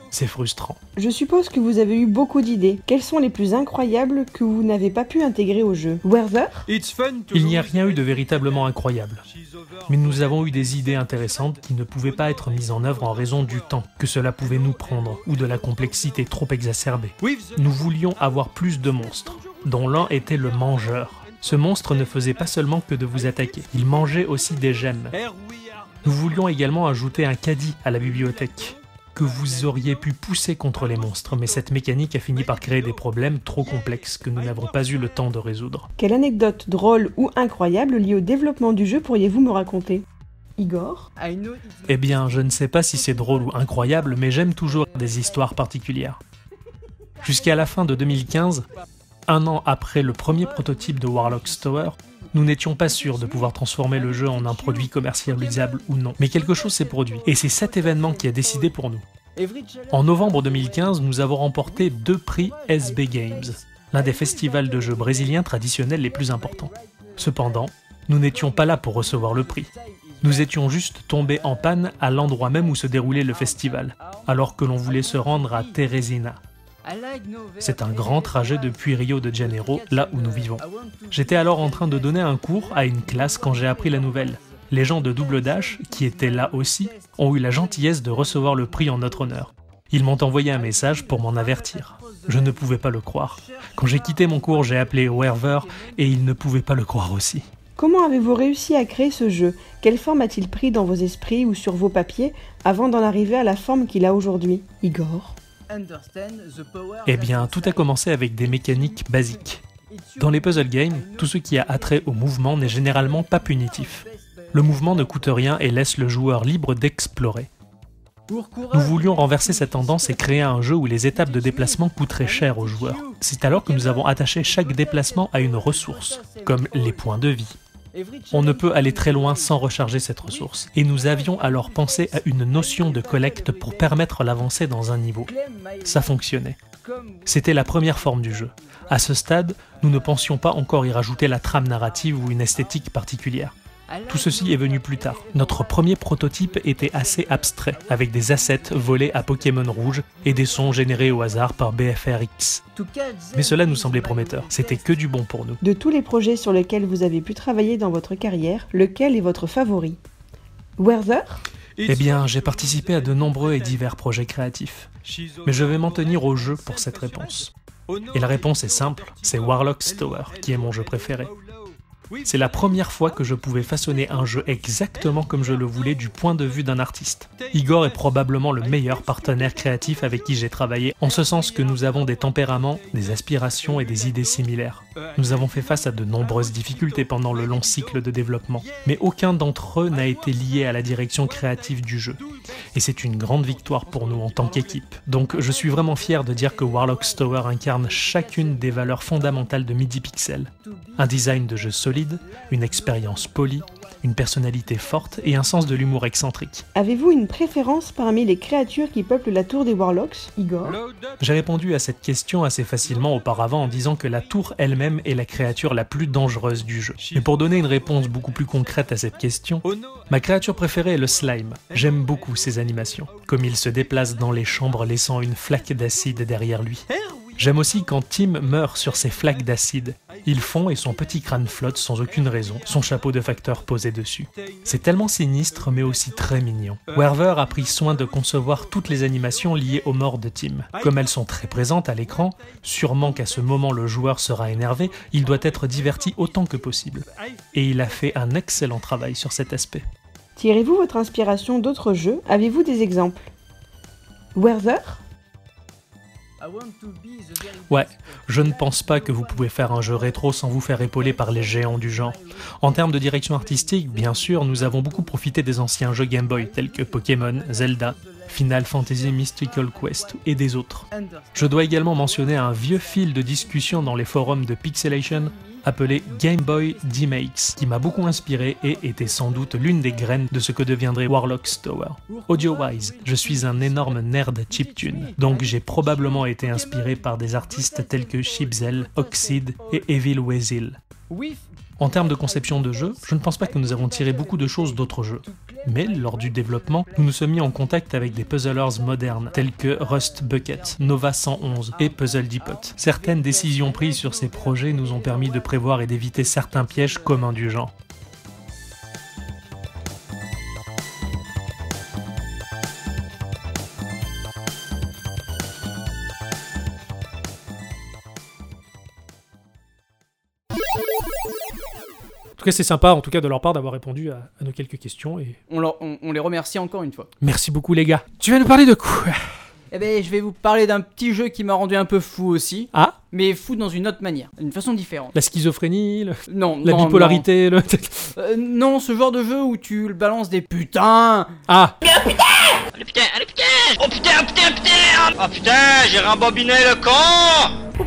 C'est frustrant. Je suppose que vous avez eu beaucoup d'idées. Quelles sont les plus incroyables que vous n'avez pas pu intégrer au jeu? Werther? Il n'y a rien eu de véritablement incroyable. Mais nous avons eu des idées intéressantes qui ne pouvaient pas être mises en œuvre en raison du temps que cela pouvait nous prendre ou de la complexité trop exacerbée. Nous voulions avoir plus de monstres, dont l'un était le mangeur. Ce monstre ne faisait pas seulement que de vous attaquer, il mangeait aussi des gemmes. Nous voulions également ajouter un caddie à la bibliothèque, que vous auriez pu pousser contre les monstres, mais cette mécanique a fini par créer des problèmes trop complexes que nous n'avons pas eu le temps de résoudre. Quelle anecdote drôle ou incroyable liée au développement du jeu pourriez-vous me raconter? Igor? Eh bien, je ne sais pas si c'est drôle ou incroyable, mais j'aime toujours des histoires particulières. Jusqu'à la fin de deux mille quinze, un an après le premier prototype de Warlock's Tower, nous n'étions pas sûrs de pouvoir transformer le jeu en un produit commercialisable ou non. Mais quelque chose s'est produit, et c'est cet événement qui a décidé pour nous. En novembre deux mille quinze, nous avons remporté deux prix S B Games, l'un des festivals de jeux brésiliens traditionnels les plus importants. Cependant, nous n'étions pas là pour recevoir le prix. Nous étions juste tombés en panne à l'endroit même où se déroulait le festival, alors que l'on voulait se rendre à Teresina. C'est un grand trajet depuis Rio de Janeiro, là où nous vivons. J'étais alors en train de donner un cours à une classe quand j'ai appris la nouvelle. Les gens de Double Dash, qui étaient là aussi, ont eu la gentillesse de recevoir le prix en notre honneur. Ils m'ont envoyé un message pour m'en avertir. Je ne pouvais pas le croire. Quand j'ai quitté mon cours, j'ai appelé Werther et il ne pouvait pas le croire aussi. Comment avez-vous réussi à créer ce jeu? Quelle forme a-t-il pris dans vos esprits ou sur vos papiers avant d'en arriver à la forme qu'il a aujourd'hui? Igor? Eh bien, tout a commencé avec des mécaniques basiques. Dans les puzzle games, tout ce qui a attrait au mouvement n'est généralement pas punitif. Le mouvement ne coûte rien et laisse le joueur libre d'explorer. Nous voulions renverser cette tendance et créer un jeu où les étapes de déplacement coûteraient cher aux joueurs. C'est alors que nous avons attaché chaque déplacement à une ressource, comme les points de vie. On ne peut aller très loin sans recharger cette ressource, et nous avions alors pensé à une notion de collecte pour permettre l'avancée dans un niveau. Ça fonctionnait. C'était la première forme du jeu. À ce stade, nous ne pensions pas encore y rajouter la trame narrative ou une esthétique particulière. Tout ceci est venu plus tard. Notre premier prototype était assez abstrait, avec des assets volés à Pokémon Rouge et des sons générés au hasard par B F R X. Mais cela nous semblait prometteur, c'était que du bon pour nous. De tous les projets sur lesquels vous avez pu travailler dans votre carrière, lequel est votre favori? Werther? Eh bien, j'ai participé à de nombreux et divers projets créatifs. Mais je vais m'en tenir au jeu pour cette réponse. Et la réponse est simple, c'est Warlock's Tower, qui est mon jeu préféré. C'est la première fois que je pouvais façonner un jeu exactement comme je le voulais du point de vue d'un artiste. Igor est probablement le meilleur partenaire créatif avec qui j'ai travaillé, en ce sens que nous avons des tempéraments, des aspirations et des idées similaires. Nous avons fait face à de nombreuses difficultés pendant le long cycle de développement, mais aucun d'entre eux n'a été lié à la direction créative du jeu. Et c'est une grande victoire pour nous en tant qu'équipe. Donc je suis vraiment fier de dire que Warlock's Tower incarne chacune des valeurs fondamentales de MediPixel. Un design de jeu solide, une expérience polie, une personnalité forte et un sens de l'humour excentrique. Avez-vous une préférence parmi les créatures qui peuplent la tour des Warlocks, Igor? J'ai répondu à cette question assez facilement auparavant en disant que la tour elle-même est la créature la plus dangereuse du jeu. Mais pour donner une réponse beaucoup plus concrète à cette question, ma créature préférée est le slime. J'aime beaucoup ses animations, comme il se déplace dans les chambres laissant une flaque d'acide derrière lui. J'aime aussi quand Tim meurt sur ces flaques d'acide. Il fond et son petit crâne flotte sans aucune raison, son chapeau de facteur posé dessus. C'est tellement sinistre mais aussi très mignon. Werther a pris soin de concevoir toutes les animations liées aux morts de Tim. Comme elles sont très présentes à l'écran, sûrement qu'à ce moment le joueur sera énervé, il doit être diverti autant que possible. Et il a fait un excellent travail sur cet aspect. Tirez-vous votre inspiration d'autres jeux? Avez-vous des exemples? Werther? Ouais, je ne pense pas que vous pouvez faire un jeu rétro sans vous faire épauler par les géants du genre. En termes de direction artistique, bien sûr, nous avons beaucoup profité des anciens jeux Game Boy tels que Pokémon, Zelda, Final Fantasy Mystical Quest et des autres. Je dois également mentionner un vieux fil de discussion dans les forums de Pixelation appelé Game Boy D-Makes, qui m'a beaucoup inspiré et était sans doute l'une des graines de ce que deviendrait Warlock's Tower. Audio-wise, je suis un énorme nerd chiptune, donc j'ai probablement été inspiré par des artistes tels que Chipzel, Oxide et Evil Weasel. En termes de conception de jeu, je ne pense pas que nous avons tiré beaucoup de choses d'autres jeux. Mais lors du développement, nous nous sommes mis en contact avec des puzzlers modernes tels que Rust Bucket, Nova cent onze et Puzzle Depot. Certaines décisions prises sur ces projets nous ont permis de prévoir et d'éviter certains pièges communs du genre. En tout cas, c'est sympa, en tout cas, de leur part, d'avoir répondu à, à nos quelques questions. Et... On, leur, on, on les remercie encore une fois. Merci beaucoup, les gars. Tu vas nous parler de quoi? Eh ben, je vais vous parler d'un petit jeu qui m'a rendu un peu fou aussi. Ah, mais fou dans une autre manière, d'une façon différente. la schizophrénie, le- Non, la non, bipolarité, le... Non. Euh, non, ce genre de jeu où tu balances des putains. Ah, Allez putain, allez putain. Oh putain, putain, putain. Oh putain, j'ai rembobiné le con.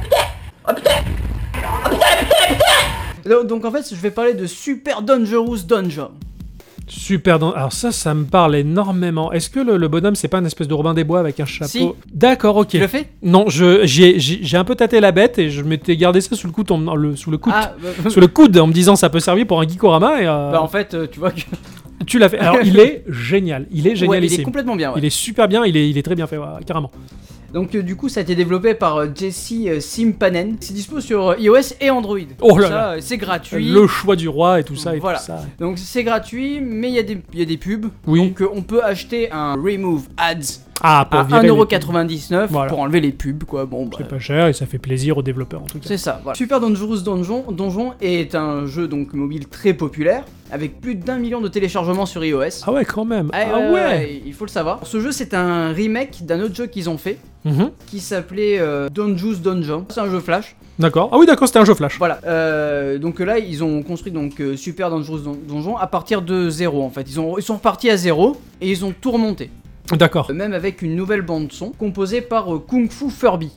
Donc, donc en fait, je vais parler de Super Dangerous Dungeon. super... Dan- Alors ça, ça me parle énormément. Est-ce que le, le bonhomme, c'est pas une espèce de Robin des Bois avec un chapeau? Si. D'accord, ok. Tu le fais? Non, je, j'ai, j'ai, j'ai un peu tâté la bête et je m'étais gardé ça sous le coude, en- le, sous le coude, Ah, bah, sous le coude, en me disant ça peut servir pour un Geekorama et euh, bah en fait, euh, tu vois que... tu l'as fait. Alors il est génial, il est Ouais, génialissime. il est complètement bien, ouais. Il est super bien, il est, il est très bien fait, ouais, carrément. Donc euh, du coup, ça a été développé par euh, Jesse euh, Simpanen. C'est dispo sur euh, iOS et Android. Oh là ça, là. euh, c'est gratuit. Le choix du roi et tout ça et Voilà. tout ça. Donc c'est gratuit, mais il y, a des- il y a des pubs. Oui. Donc euh, on peut acheter un Remove Ads Ah, pour à virer les- un euro quatre-vingt-dix-neuf Voilà. pour enlever les pubs, quoi. Bon, bah, C'est pas cher et ça fait plaisir aux développeurs en tout cas. c'est ça. Voilà. Super Dangerous Donjon, Donjon est un jeu donc mobile très populaire avec plus d'un million de téléchargements sur iOS. Ah ouais, quand même. Ah, Ah ouais, ouais. ouais, il faut le savoir. Ce jeu, c'est un remake d'un autre jeu qu'ils ont fait Mhm. qui s'appelait euh, Donjous Donjon. C'est un jeu flash. D'accord. Ah oui, d'accord, c'était un jeu flash. Voilà. Euh, donc là, ils ont construit donc euh, Super Dangerous Don- Donjon à partir de zéro en fait. Ils, ont, ils sont repartis à zéro et ils ont tout remonté. D'accord. Euh, Même avec une nouvelle bande son composée par euh, Kung Fu Furby.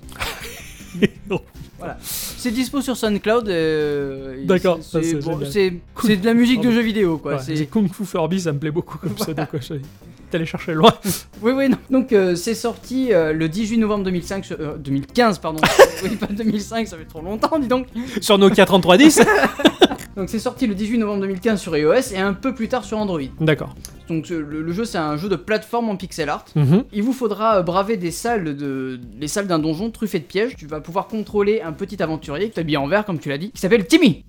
Voilà. C'est dispo sur SoundCloud. euh, D'accord, c'est- ça, c'est c'est bon, génial. c'est- c'est de la musique de jeux vidéo quoi. Ouais, c'est- c'est Kung Fu Furby, ça me plaît beaucoup comme pseudo quoi. Je- T'es allé chercher loin. Oui, oui, non. Donc euh, c'est sorti euh, le dix-huit novembre deux mille cinq, sur- euh, deux mille quinze, pardon. Oui, pas deux mille cinq, ça fait trop longtemps, dis donc. Sur Nokia trente-trois dix. Donc c'est sorti le dix-huit novembre deux mille quinze sur iOS et un peu plus tard sur Android. D'accord. Donc ce- le, le jeu c'est un jeu de plateforme en pixel art. Mhm. Il vous faudra euh, braver des salles de les salles d'un donjon truffé de pièges. Tu vas pouvoir contrôler un petit aventurier qui est habillé en vert comme tu l'as dit, qui s'appelle Timmy.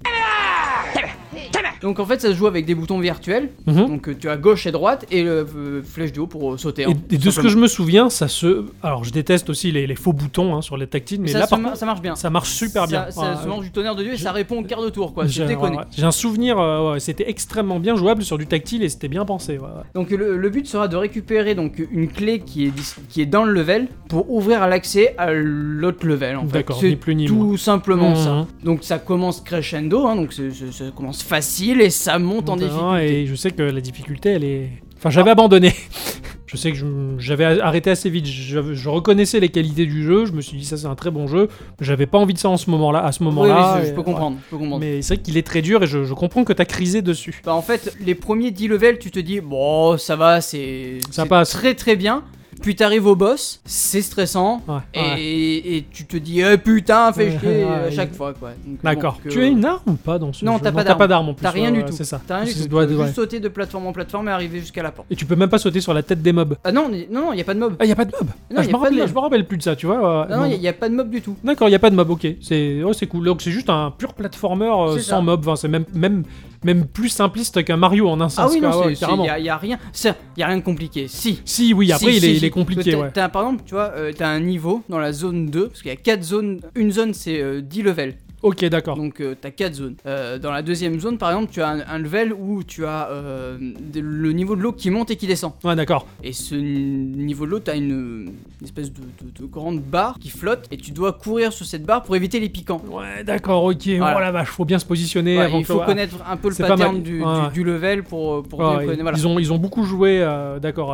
Donc en fait ça se joue avec des boutons virtuels. Mhm. Donc euh, tu as gauche et droite et le euh, flèche du haut pour euh, sauter. Et, hein, et de tout ce que je simplement. me souviens, ça se. Alors, je déteste aussi les, les faux boutons hein, sur les tactiles, mais ça, là, se par ma- contre, ça marche bien. ça marche super bien. Ça, ça Ouais, se ouais. mange du tonnerre de Dieu et J'ai- ça répond au quart de tour quoi. J'ai C'est déconné. ouais, ouais. J'ai un souvenir, euh, ouais, c'était extrêmement bien jouable sur du tactile et c'était bien pensé. Ouais, ouais. Donc le, le but sera de récupérer donc une clé qui est, dis- qui est dans le level pour ouvrir l'accès à l'autre level en fait. D'accord, C'est ni plus ni tout moins. simplement Mhm. ça. Donc ça commence crescendo, hein, donc c'est- c'est- ça commence facile et ça monte en difficulté. Et je sais que la difficulté, elle est. Enfin, j'avais abandonné. Je sais que je- j'avais arrêté assez vite. Je, je reconnaissais les qualités du jeu. Je me suis dit, ça, c'est un très bon jeu. J'avais pas envie de ça en ce moment-là, à ce Oui, moment-là. oui, je et- peux comprendre, je peux comprendre. Mais c'est vrai qu'il est très dur et je, je comprends que t'as crisé dessus. Bah en fait, les premiers dix levels, tu te dis bon, ça va, c'est Ça c'est passe. très très bien. Puis t'arrives au boss, c'est stressant. Ouais, Et, ouais. et tu te dis eh, putain, fais Ouais, chier ouais, à ouais. chaque fois quoi. Donc, D'accord. bon, que- Tu as une arme ou pas dans ce Non, jeu t'as pas d'arme. d'arme en plus. T'as rien ouais, du ouais, tout. C'est ça. T'as rien du C'est- tout. Tu doit- peux ouais. juste sauter de plateforme en plateforme et arriver jusqu'à la porte. Et tu peux même pas sauter sur la tête des mobs. Ah non, non, non, y a pas de mob. Ah, y a pas de mob. Non, Ah, y a je, me pas de rappelle, mob. je me rappelle plus de ça, tu vois. ouais, Non, non, non. y, a pas de mob du tout. D'accord, il y a pas de mob, ok. C'est ouais, c'est cool. Donc c'est juste un pur platformer euh, C'est sans ça. mob. Enfin, c'est même, même, même plus simpliste qu'un Mario en un sens. Ah oui, non, quoi, ouais, c'est- c'est- carrément. y, a, y a rien. c'est- Y a rien de compliqué. Si. Si, oui, après Si, il, si, est, il si. est compliqué, T'as- ouais. t'as- par exemple, tu vois, euh, t'as un niveau dans la zone deux, parce qu'il y a quatre zones. Une zone, c'est euh, dix levels. Ok, d'accord. Donc euh, t'as quatre zones. Euh, dans la deuxième zone, par exemple, tu as un, un level où tu as euh, de- le niveau de l'eau qui monte et qui descend. Ouais, d'accord. Et ce niveau de l'eau, t'as une, une espèce de, de- de grande barre qui flotte et tu dois courir sur cette barre pour éviter les piquants. Ouais, d'accord, ok. Voilà. Oh la vache, faut bien se positionner Ouais, avant il que- faut ouais. connaître un peu le C'est pas pattern mal. du, Ouais. du- du level pour, pour Ouais, bien ouais. connaître. Voilà. ils, ont, ils ont beaucoup joué, euh, d'accord, avec tout-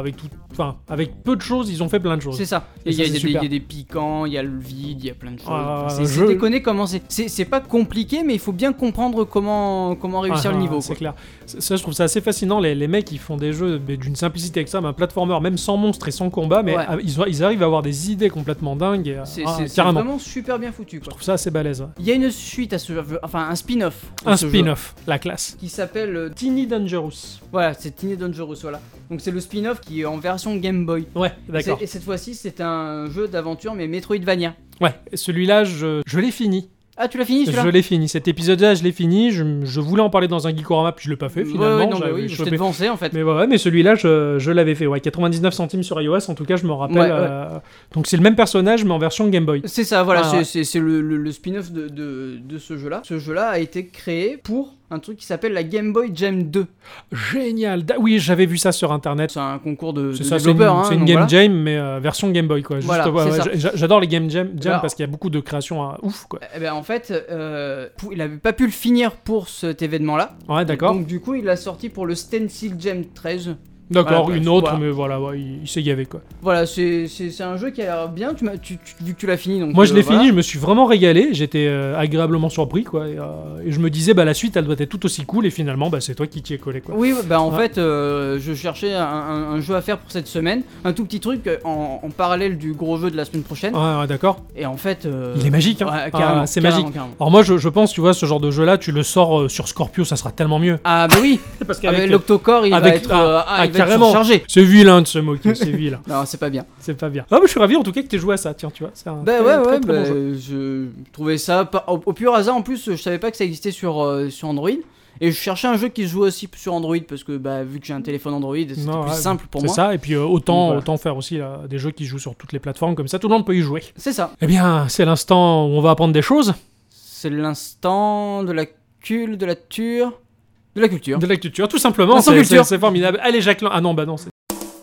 Enfin, avec peu de choses, ils ont fait plein de choses. C'est ça. Et Il y, a ça, des- c'est il y super. a des piquants, il y a le vide, il y a plein de choses. Ah, c'est je- c'est déconné comment c'est. C'est c'est pas compliqué, mais il faut bien comprendre comment, comment réussir Ah, le niveau. C'est quoi. clair. Ça, ça, je trouve ça assez fascinant. Les, les mecs, ils font des jeux mais d'une simplicité extrême, un platformer, même sans monstres et sans combat, mais Ouais. ah, ils, ont- ils arrivent à avoir des idées complètement dingues. Et, C'est ah, c'est- c'est carrément. vraiment super bien foutu. Je Quoi. trouve ça assez balèze. ouais. Il y a une suite à ce jeu, enfin un spin-off. de Un ce jeu, spin-off, la classe. qui s'appelle euh, Tiny Dangerous. voilà, c'est Tiny Dangerous, voilà. Donc c'est le spin-off qui est en version Game Boy. Ouais, d'accord. C'est- Et cette fois-ci, c'est un jeu d'aventure mais Metroidvania. Ouais, celui-là, je, je l'ai fini. Ah, tu l'as fini celui-là Je l'ai fini. Cet épisode-là, je l'ai fini. Je, je voulais en parler dans un Geekorama, puis je l'ai pas fait Ouais, finalement. ouais, non, mais J'avais oui, je chopé- t'ai devancé en fait. Mais ouais, ouais, mais celui-là, je, je l'avais fait. Ouais, quatre-vingt-dix-neuf centimes sur iOS, en tout cas, je me rappelle. Ouais, ouais. euh, Donc c'est le même personnage, mais en version Game Boy. C'est ça, voilà, Ah, c'est- ouais. c'est c'est le, le- le spin-off de, de, de ce jeu-là. Ce jeu-là a été créé pour un truc qui s'appelle la Game Boy Jam deux. Génial. Da- Oui, j'avais vu ça sur internet. C'est un concours de, de C'est ça, c'est une, développeurs. hein, c'est une donc Game voilà. Jam, mais euh, version Game Boy, quoi. Juste, Voilà, ouais, c'est ouais, ça. j'a- J'adore les Game Jam, Jam Alors- parce qu'il y a beaucoup de créations à ouf, quoi. Eh ben, en fait, euh, pour- il avait pas pu le finir pour cet événement-là. Ouais, d'accord. Donc du coup, il l'a sorti pour le Stencil Jam treize. D'accord, voilà, une bref, autre, voilà. mais voilà, ouais, il, il s'est gavé, quoi. Voilà, c'est c'est- c'est un jeu qui a l'air bien, tu m'as- tu- tu- vu que tu l'as fini. Donc, Moi, je euh, l'ai voilà. fini, je me suis vraiment régalé. J'étais euh, agréablement surpris, quoi. Et, euh, et je me disais, bah, la suite, elle doit être tout aussi cool. Et finalement, bah, c'est toi qui t'y es collé, quoi. Oui, bah en Ouais. fait, euh, je cherchais un, un- un jeu à faire pour cette semaine, un tout petit truc euh, en, en parallèle du gros jeu de la semaine prochaine. Ouais, ouais, d'accord. Et en fait, euh, Il est magique, hein. ouais, Ah, carrément, c'est carrément, magique. carrément. Alors moi, je, je pense, tu vois, ce genre de jeu-là, tu le sors euh, sur Scorpio, ça sera tellement mieux. Ah bah oui, Parce avec l'octocore, il avec- va être, ah, euh, ah, ah, il va être carrément. surchargé. C'est vilain de se moquer, c'est vilain. Non, c'est pas bien. C'est pas bien. Ah, mais je suis ravi en tout cas que t'aies joué à ça, tiens, tu vois. C'est un Bah très, ouais, très, ouais, très bon bah, jeu. je trouvais ça pas- au, au pur hasard. En plus, je savais pas que ça existait sur, euh, sur Android. Et je cherchais un jeu qui se joue aussi sur Android parce que bah, vu que j'ai un téléphone Android, c'était Non, plus ouais, simple pour C'est moi. ça, et puis euh, autant, Donc, voilà. autant faire aussi là, des jeux qui jouent sur toutes les plateformes, comme ça tout le monde peut y jouer. C'est ça. Eh bien, c'est l'instant où on va apprendre des choses. C'est l'instant de la cul, de la ture, de la culture. De la culture, tout simplement. L'instant C'est, culture. c'est- c'est formidable. Allez, Jacqueline. Ah non, bah non. c'est-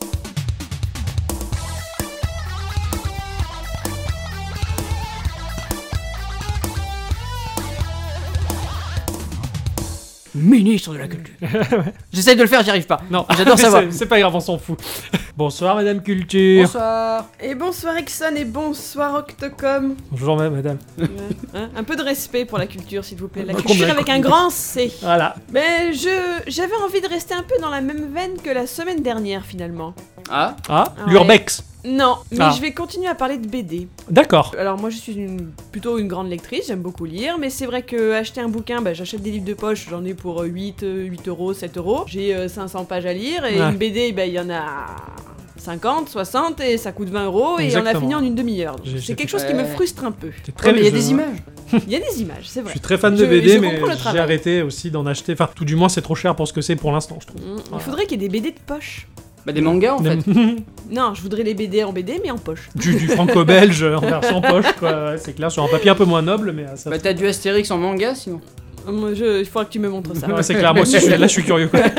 Ministre de la culture. J'essaye de le faire, j'y arrive pas. Non, J'adore savoir. c'est, c'est pas grave, on s'en fout. Bonsoir, Madame Culture. Bonsoir. Et bonsoir Ixon et bonsoir Octocom. Bonjour, Madame. Hein, un peu de respect pour la culture s'il vous plaît. La Bah, culture combien- avec un grand C. Voilà. Mais je j'avais envie de rester un peu dans la même veine que la semaine dernière finalement. Ah, Ah, Ouais. l'Urbex. Non, mais Ah. je vais continuer à parler de B D. D'accord. Alors moi je suis une, plutôt une grande lectrice, j'aime beaucoup lire, mais c'est vrai que acheter un bouquin, bah, j'achète des livres de poche, j'en ai pour euh, huit, euh, huit euros, sept euros. J'ai euh, cinq cents pages à lire et Ouais. une B D, bah, il y en a cinquante, soixante et ça coûte vingt euros et on a Exactement. fini en une demi-heure. Donc, J'ai- C'est j'ai- quelque chose qui me Ouais. frustre un peu. C'est très Ouais, mais il y a je- des images. Il y a des images, c'est Je vrai. suis très fan de Je- B D, je mais comprends le j'ai travail. arrêté aussi d'en acheter. Enfin, tout du moins, c'est trop cher pour ce que c'est pour l'instant, je trouve. Mm, Il Voilà. faudrait qu'il y ait des B D de poche. Bah des mangas en fait. Non, je voudrais les B D en B D mais en poche. du, du franco-belge en version poche, quoi. Ouais, c'est clair, sur un papier un peu moins noble, mais euh, ça. Bah t'as du Astérix en manga sinon. Moi, je- Il faudra que tu me montres ça. Ouais, c'est clair, moi aussi, je suis- là, je suis curieux, quoi.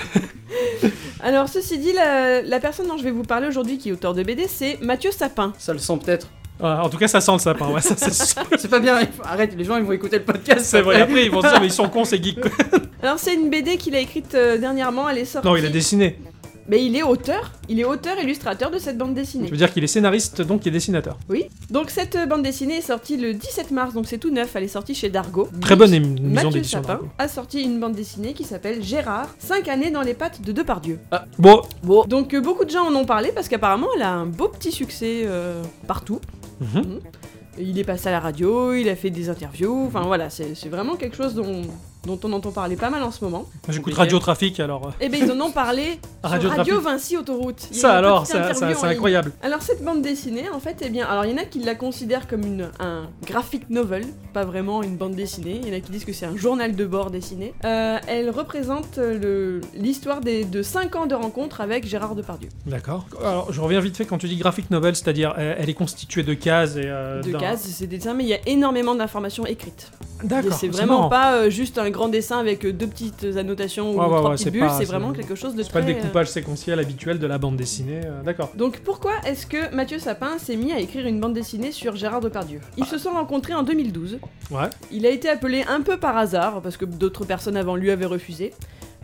Alors, ceci dit, la, la personne dont je vais vous parler aujourd'hui, qui est auteur de B D, c'est Mathieu Sapin. Ça le sent peut-être. Ouais, en tout cas, ça sent le sapin, ouais, ça, c'est sûr. C'est pas bien, il faut- arrête, les gens ils vont écouter le podcast. C'est vrai, après, ils vont se dire, mais ils sont cons, ces geeks, quoi. Alors, c'est une B D qu'il a écrite euh, dernièrement, elle est sortie. Non, il a dessiné. Mais il est auteur, il est auteur-illustrateur de cette bande dessinée. Je veux dire qu'il est scénariste, donc il est dessinateur. Oui. Donc, cette euh, bande dessinée est sortie le dix-sept mars, donc c'est tout neuf, elle est sortie chez Dargo. Très bonne émi- maison Mathieu d'édition. Sapin Dargo. a sorti une bande dessinée qui s'appelle Gérard, cinq années dans les pattes de Depardieu. Bon, Bon. Donc, euh, beaucoup de gens en ont parlé parce qu'apparemment, elle a un beau petit succès euh, partout. mhm. Il est passé à la radio, il a fait des interviews, enfin voilà, c'est c'est vraiment quelque chose dont, dont on entend parler pas mal en ce moment. J'écoute Radio Trafic, alors. euh, Et bien ils en ont parlé sur Radio Radio, Trafic. Vinci Autoroute. Il y a Ça, une alors, petite ça- interview ça- en c'est ligne. incroyable. Alors cette bande dessinée, en fait, eh bien, alors il y en a qui la considèrent comme une, un graphic novel, pas vraiment une bande dessinée, il y en a qui disent que c'est un journal de bord dessiné. Euh, elle représente le- l'histoire des- de cinq ans de rencontre avec Gérard Depardieu. D'accord. Alors, je reviens vite fait quand tu dis graphic novel, c'est-à-dire elle, elle est constituée de cases et. euh, De d'un- cases, c'est des dessins, mais il y a énormément d'informations écrites. D'accord. C'est c'est vraiment marrant. pas euh, juste un grand dessin avec euh, deux petites annotations ou Ouais, ouais, trois ouais, petites c'est bulles, pas- c'est c'est- vraiment quelque chose de C'est pas très... le découpage séquentiel habituel de la bande dessinée. euh, D'accord. euh, Donc pourquoi est-ce que Mathieu Sapin s'est mis à écrire une bande dessinée sur Gérard Depardieu Ils se sont rencontrés en deux mille douze. Ouais. Il a été appelé un peu par hasard, parce que d'autres personnes avant lui avaient refusé.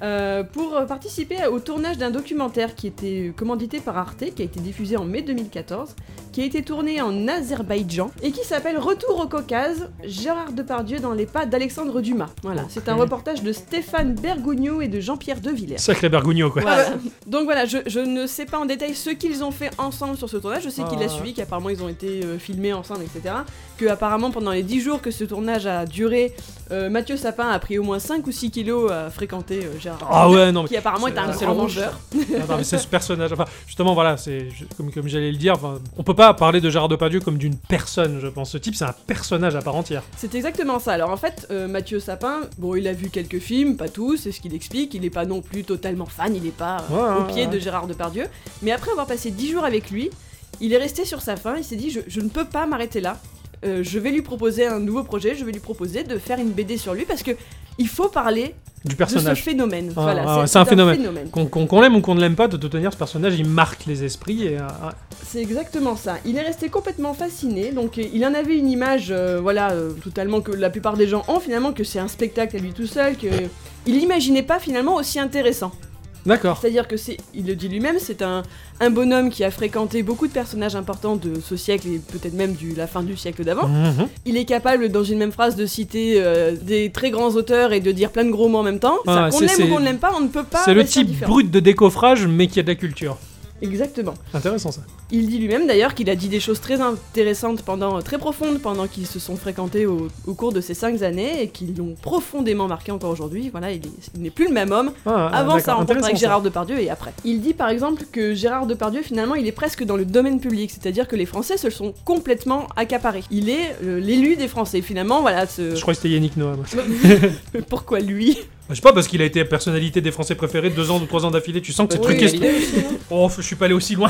euh, pour participer au tournage d'un documentaire qui était commandité par Arte, qui a été diffusé en mai deux mille quatorze, qui a été tourné en Azerbaïdjan et qui s'appelle Retour au Caucase, Gérard Depardieu dans les pas d'Alexandre Dumas. Voilà, c'est un reportage de Stéphane Bergougneau et de Jean-Pierre Devillers. Sacré Bergougneau, quoi. Voilà. Donc voilà, je, je ne sais pas en détail ce qu'ils ont fait ensemble sur ce tournage. Je sais Ah. qu'il a suivi, qu'apparemment ils ont été euh, filmés ensemble, et cetera. Que apparemment pendant les dix jours que ce tournage a duré, euh, Mathieu Sapin a pris au moins cinq ou six kilos à fréquenter euh, Gérard. Ah ouais, non, mais Qui apparemment est un c'est- grand mangeur. Attends, mais c'est ce personnage. Enfin, justement, voilà, c'est je- comme, comme j'allais le dire. Enfin, on peut pas parler de Gérard Depardieu comme d'une personne, je pense. Ce type, c'est un personnage à part entière. C'est exactement ça. Alors en fait, euh, Mathieu Sapin, bon, il a vu quelques films, pas tous, c'est ce qu'il explique. Il est pas non plus totalement fan, il est pas euh, Ouais, au ouais, pied ouais. de Gérard Depardieu. Mais après avoir passé dix jours avec lui, il est resté sur sa faim. Il s'est dit, je, je ne peux pas m'arrêter là. Euh, je vais lui proposer un nouveau projet. Je vais lui proposer de faire une B D sur lui parce que il faut parler Du de ce personnage. phénomène. Ah, voilà, ah, c'est un phénomène. phénomène. Qu'on qu'on- qu'on l'aime ou qu'on ne l'aime pas, de toute manière, ce personnage, il marque les esprits. Et, euh, ah, C'est exactement ça. Il est resté complètement fasciné. Donc euh, il en avait une image, euh, voilà, euh, totalement que la plupart des gens ont finalement, que c'est un spectacle à lui tout seul, que il l'imaginait pas finalement aussi intéressant. D'accord. C'est-à-dire que c'est, il le dit lui-même, c'est un, un bonhomme qui a fréquenté beaucoup de personnages importants de ce siècle et peut-être même de la fin du siècle d'avant. Mhm. Il est capable, dans une même phrase, de citer euh, des très grands auteurs et de dire plein de gros mots en même temps. Ah, Ça, qu'on c'est- l'aime c'est- ou qu'on ne l'aime pas, on ne peut pas. C'est le rester type indifférent. brut de décoffrage, mais qui a de la culture. Exactement. Intéressant, ça. Il dit lui-même d'ailleurs qu'il a dit des choses très intéressantes, pendant, très profondes pendant qu'ils se sont fréquentés au, au cours de ces cinq années et qui l'ont profondément marqué encore aujourd'hui. Voilà, il, est- il n'est plus le même homme Ah, ah, avant sa d'accord, rencontre avec intéressant, Gérard Depardieu et après. Il dit par exemple que Gérard Depardieu finalement il est presque dans le domaine public, c'est-à-dire que les Français se le sont complètement accaparés. Il est euh, l'élu des Français finalement, voilà. Ce... ça. Je crois que c'était Yannick Noah, moi. Pourquoi lui? Je sais pas, parce qu'il a été personnalité des Français préférés deux ans ou trois ans d'affilée. Tu sens que c'est Oui, truqué. validé aussi, non Oh, je suis pas allé aussi loin.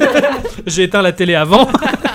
J'ai éteint la télé avant.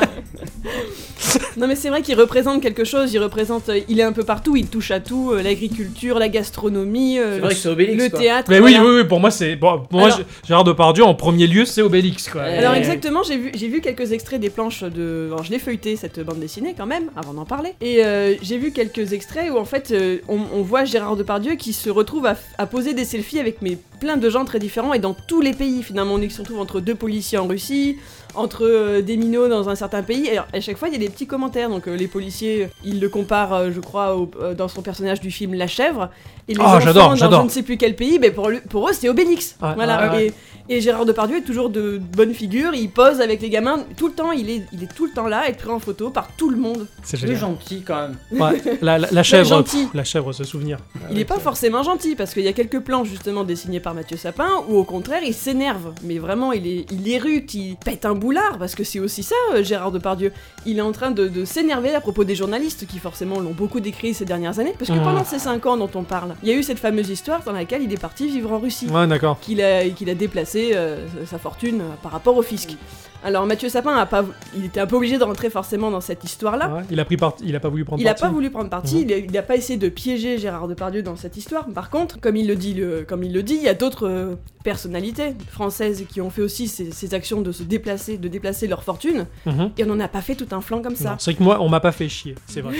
Non mais c'est vrai qu'il représente quelque chose, il représente, euh, il est un peu partout, il touche à tout, euh, l'agriculture, la gastronomie, euh, C'est vrai que c'est Obélix, le quoi. théâtre. Mais oui, voilà. oui, oui, pour moi, c'est. Bon, pour moi, Alors- G- Gérard Depardieu, en premier lieu, c'est Obélix, quoi. Euh, Alors Et- exactement, j'ai vu, j'ai vu quelques extraits des planches de... Alors je l'ai feuilleté cette bande dessinée quand même, avant d'en parler. Et euh, j'ai vu quelques extraits où en fait euh, on, on voit Gérard Depardieu qui se retrouve à, f- à poser des selfies avec mais, plein de gens très différents et dans tous les pays finalement. On se retrouve entre deux policiers en Russie, entre euh, des minots dans un certain pays. Et alors, à chaque fois il y a des petits commentaires, donc euh, les policiers, ils le comparent euh, je crois au- euh, dans son personnage du film La Chèvre. Et les Ah, enfants j'adore, dans j'adore. je ne sais plus quel pays, mais pour, lui- pour eux c'est Obélix. Ouais, voilà. ouais, ouais. Et, et Gérard Depardieu est toujours de bonne figure, il pose avec les gamins, tout le temps, il est, il est tout le temps là, être pris en photo par tout le monde. C'est C'est génial. gentil quand même. Ouais, la, la, la chèvre, gentil. pff, la chèvre, ce souvenir. Il est pas forcément gentil, parce qu'il y a quelques plans justement dessinés par Mathieu Sapin, où au contraire il s'énerve, mais vraiment il est, il érute, il pète un boulard, parce que c'est aussi ça euh, Gérard Depardieu. Il est en train de, de s'énerver à propos des journalistes, qui forcément l'ont beaucoup décrit ces dernières années, parce que Mmh. pendant ces cinq ans dont on parle, il y a eu cette fameuse histoire dans laquelle il est parti vivre en Russie. Ouais, d'accord. qu'il a, qu'il a déplacé euh, sa fortune euh, par rapport au fisc. Alors Mathieu Sapin a pas, il était un peu obligé de rentrer forcément dans cette histoire-là. Ouais, il a pris part... il a pas voulu prendre Il a parti. pas voulu prendre parti, Mhm. il, a, il a pas essayé de piéger Gérard Depardieu dans cette histoire. Par contre, comme il le dit, le- comme il le dit, il y a d'autres euh, personnalités françaises qui ont fait aussi ces, ces actions de se déplacer, de déplacer leur fortune, Mhm. et on n'en a pas fait tout un flanc comme ça. Non, c'est vrai que moi, on m'a pas fait chier, c'est vrai.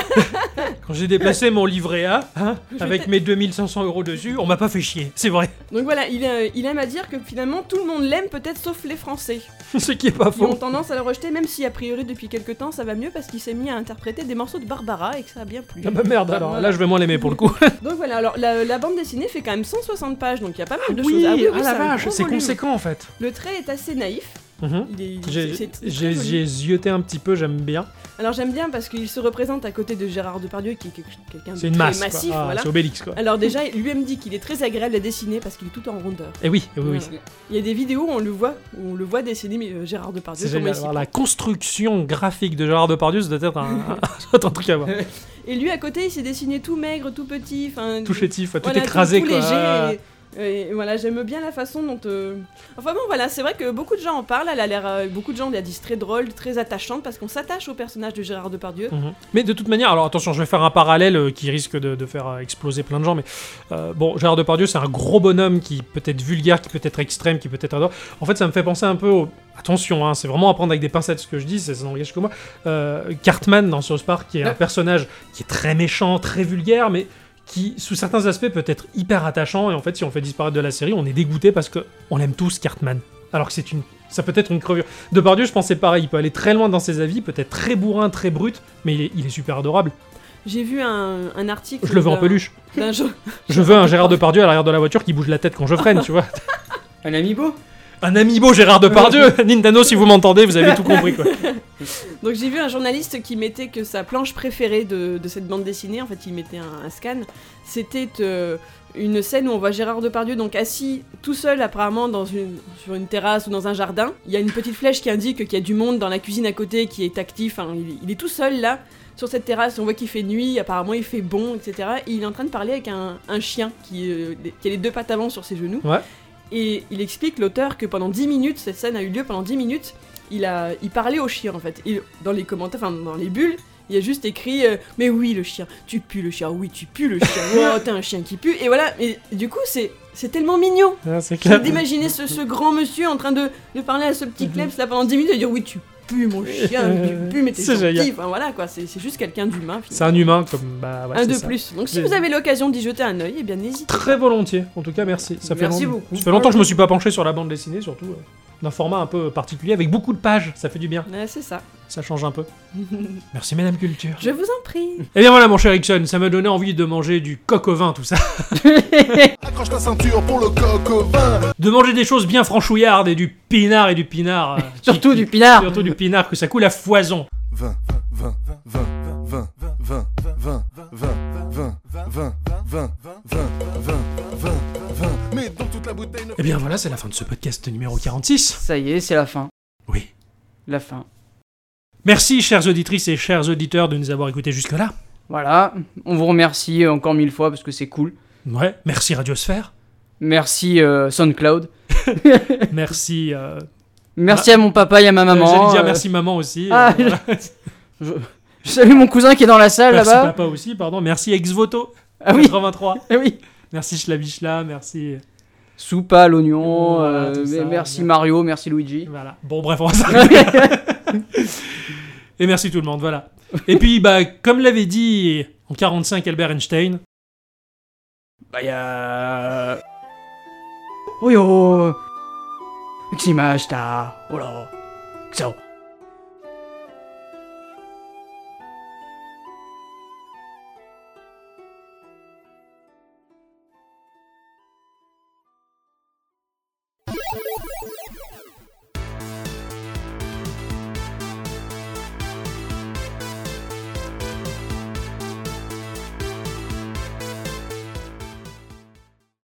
Quand j'ai déplacé mon livret A, hein, avec mes deux mille cinq cents euros dessus, on m'a pas fait chier, c'est vrai. Donc voilà, il, euh, il aime à dire que finalement tout le monde l'aime, peut-être sauf les Français, Ce qui est pas qui ont faux. tendance à le rejeter, même si a priori depuis quelques temps ça va mieux parce qu'il s'est mis à interpréter des morceaux de Barbara et que ça a bien plu. Ah bah merde, alors Voilà. là, je vais moins l'aimer pour le coup. Donc voilà, alors la, la bande dessinée fait quand même cent soixante pages, donc il y a pas mal de oui, choses. Ah oui, oui, ah la c'est un vache, gros c'est volume. conséquent en fait. Le trait est assez naïf. Mhm. Il est, J'ai c'est- c'est très j'ai- joli. j'ai zioté un petit peu, j'aime bien. Alors j'aime bien parce qu'il se représente à côté de Gérard Depardieu qui est quelque- quelqu'un de C'est une très masse, massif. quoi. Ah, Voilà. c'est Obélix, quoi. Alors déjà, lui-même dit qu'il est très agréable à dessiner parce qu'il est tout en rondeur. Et oui, oui, oui. Voilà. Il y a des vidéos où on le voit, où on le voit dessiner mais, euh, Gérard Depardieu. C'est comment génial. il s'y Alors, prend. la construction graphique de Gérard Depardieu, ça doit être un, un, ça doit être un truc à voir. Et lui à côté, il s'est dessiné tout maigre, tout petit, enfin Tout chétif, tout voilà, écrasé, tout, tout quoi. léger. Et, et voilà, j'aime bien la façon dont. euh, Enfin bon, voilà, c'est vrai que beaucoup de gens en parlent. Elle a l'air, euh, beaucoup de gens la disent très drôle, très attachante, parce qu'on s'attache au personnage de Gérard Depardieu. Mhm. Mais de toute manière, alors attention, je vais faire un parallèle euh, qui risque de, de faire euh, exploser plein de gens, mais euh, bon, Gérard Depardieu, c'est un gros bonhomme qui peut être vulgaire, qui peut être extrême, qui peut être adorable. En fait, ça me fait penser un peu au... Attention, hein, c'est vraiment à prendre avec des pincettes ce que je dis, ça ça n'engage que moi. Euh, Cartman dans South Park, qui est un Ouais. personnage qui est très méchant, très vulgaire, mais qui, sous certains aspects, peut être hyper attachant, et en fait, si on le fait disparaître de la série, on est dégoûté parce qu'on aime tous Cartman. Alors que c'est une... ça peut être une crevure. Depardieu, je pensais pareil, il peut aller très loin dans ses avis, peut être très bourrin, très brut, mais il est, il est super adorable. J'ai vu un, un article. Je le veux en d'un- peluche. d'un jo- Je veux un Gérard Depardieu à l'arrière de la voiture qui bouge la tête quand je freine, tu vois. Un amiibo. Un amiibo Gérard Depardieu. Nintendo, si vous m'entendez, vous avez tout compris, quoi. Donc j'ai vu un journaliste qui mettait que sa planche préférée de, de cette bande dessinée, en fait il mettait un, un scan, c'était euh, une scène où on voit Gérard Depardieu donc assis tout seul apparemment dans une, sur une terrasse ou dans un jardin. Il y a une petite flèche qui indique qu'il y a du monde dans la cuisine à côté qui est actif, hein, il, il est tout seul là. Sur cette terrasse, on voit qu'il fait nuit, apparemment il fait bon, et cetera. Et il est en train de parler avec un, un chien qui, euh, qui a les deux pattes avant sur ses genoux. Ouais. Et il explique, l'auteur, que pendant dix minutes, cette scène a eu lieu pendant dix minutes, il, a, il parlait au chien en fait. Et dans les commentaires, enfin dans les bulles, il y a juste écrit euh, mais oui le chien, tu pues le chien, oui tu pues le chien, oh t'es un chien qui pue. Et voilà, et du coup c'est, c'est tellement mignon Ah, c'est clair. d'imaginer ce, ce grand monsieur en train de, de parler à ce petit kleps là pendant dix minutes et dire oui tu pues mon chien, tu pues mais t'es C'est gentil. génial. Enfin voilà quoi, c'est, c'est juste quelqu'un d'humain C'est finalement. un humain, comme... Bah, ouais, Un c'est de ça. plus. Donc si C'est- vous avez l'occasion d'y jeter un œil, eh bien n'hésitez pas. Très volontiers, en tout cas merci. Ça fait Merci long- beaucoup. Ça fait longtemps que je me suis pas penché sur la bande dessinée, surtout euh, d'un format un peu particulier, avec beaucoup de pages, ça fait du bien, Ouais, c'est ça. ça change un peu. Merci Madame Culture. Je vous en prie. Et bien voilà mon cher Ixon, ça m'a donné envie de manger du coq au vin, tout ça. Accroche ta ceinture pour le coq au vin. De manger des choses bien franchouillardes et du pinard et du pinard. euh, Surtout qui- du pinard. Surtout du pinard, que ça coule à foison. Vin, vin, vin, vin, vin, vin, vin, vin, vin, vin, vin, vin, vin, vin, vin. Mais dans toute la bouteille ne... Et bien voilà, c'est la fin de ce podcast numéro quarante-six. Ça y est, c'est la fin. Oui. La fin. Merci chères auditrices et chers auditeurs de nous avoir écoutés jusque-là. Voilà, on vous remercie encore mille fois parce que c'est cool. Ouais, merci Radiosphère. Merci euh, SoundCloud. Merci... Euh... Merci à mon papa et à ma maman. J'allais dire euh, merci maman aussi. Ah, euh, voilà. je... je salue mon cousin qui est dans la salle Merci là-bas. papa aussi, pardon. Merci Exvoto Ah oui, quatre-vingt-trois. ah oui. Merci Schlavichla, merci... Soupe à l'oignon, Voilà, euh, tout ça, merci bien. Mario, merci Luigi. Voilà. Bon, bref, on va s'arrêter. Et merci tout le monde, voilà. Et puis, bah, comme l'avait dit en quarante-cinq Albert Einstein, Bah y'a... Oh yo. Ximashita. Oh là. Xao.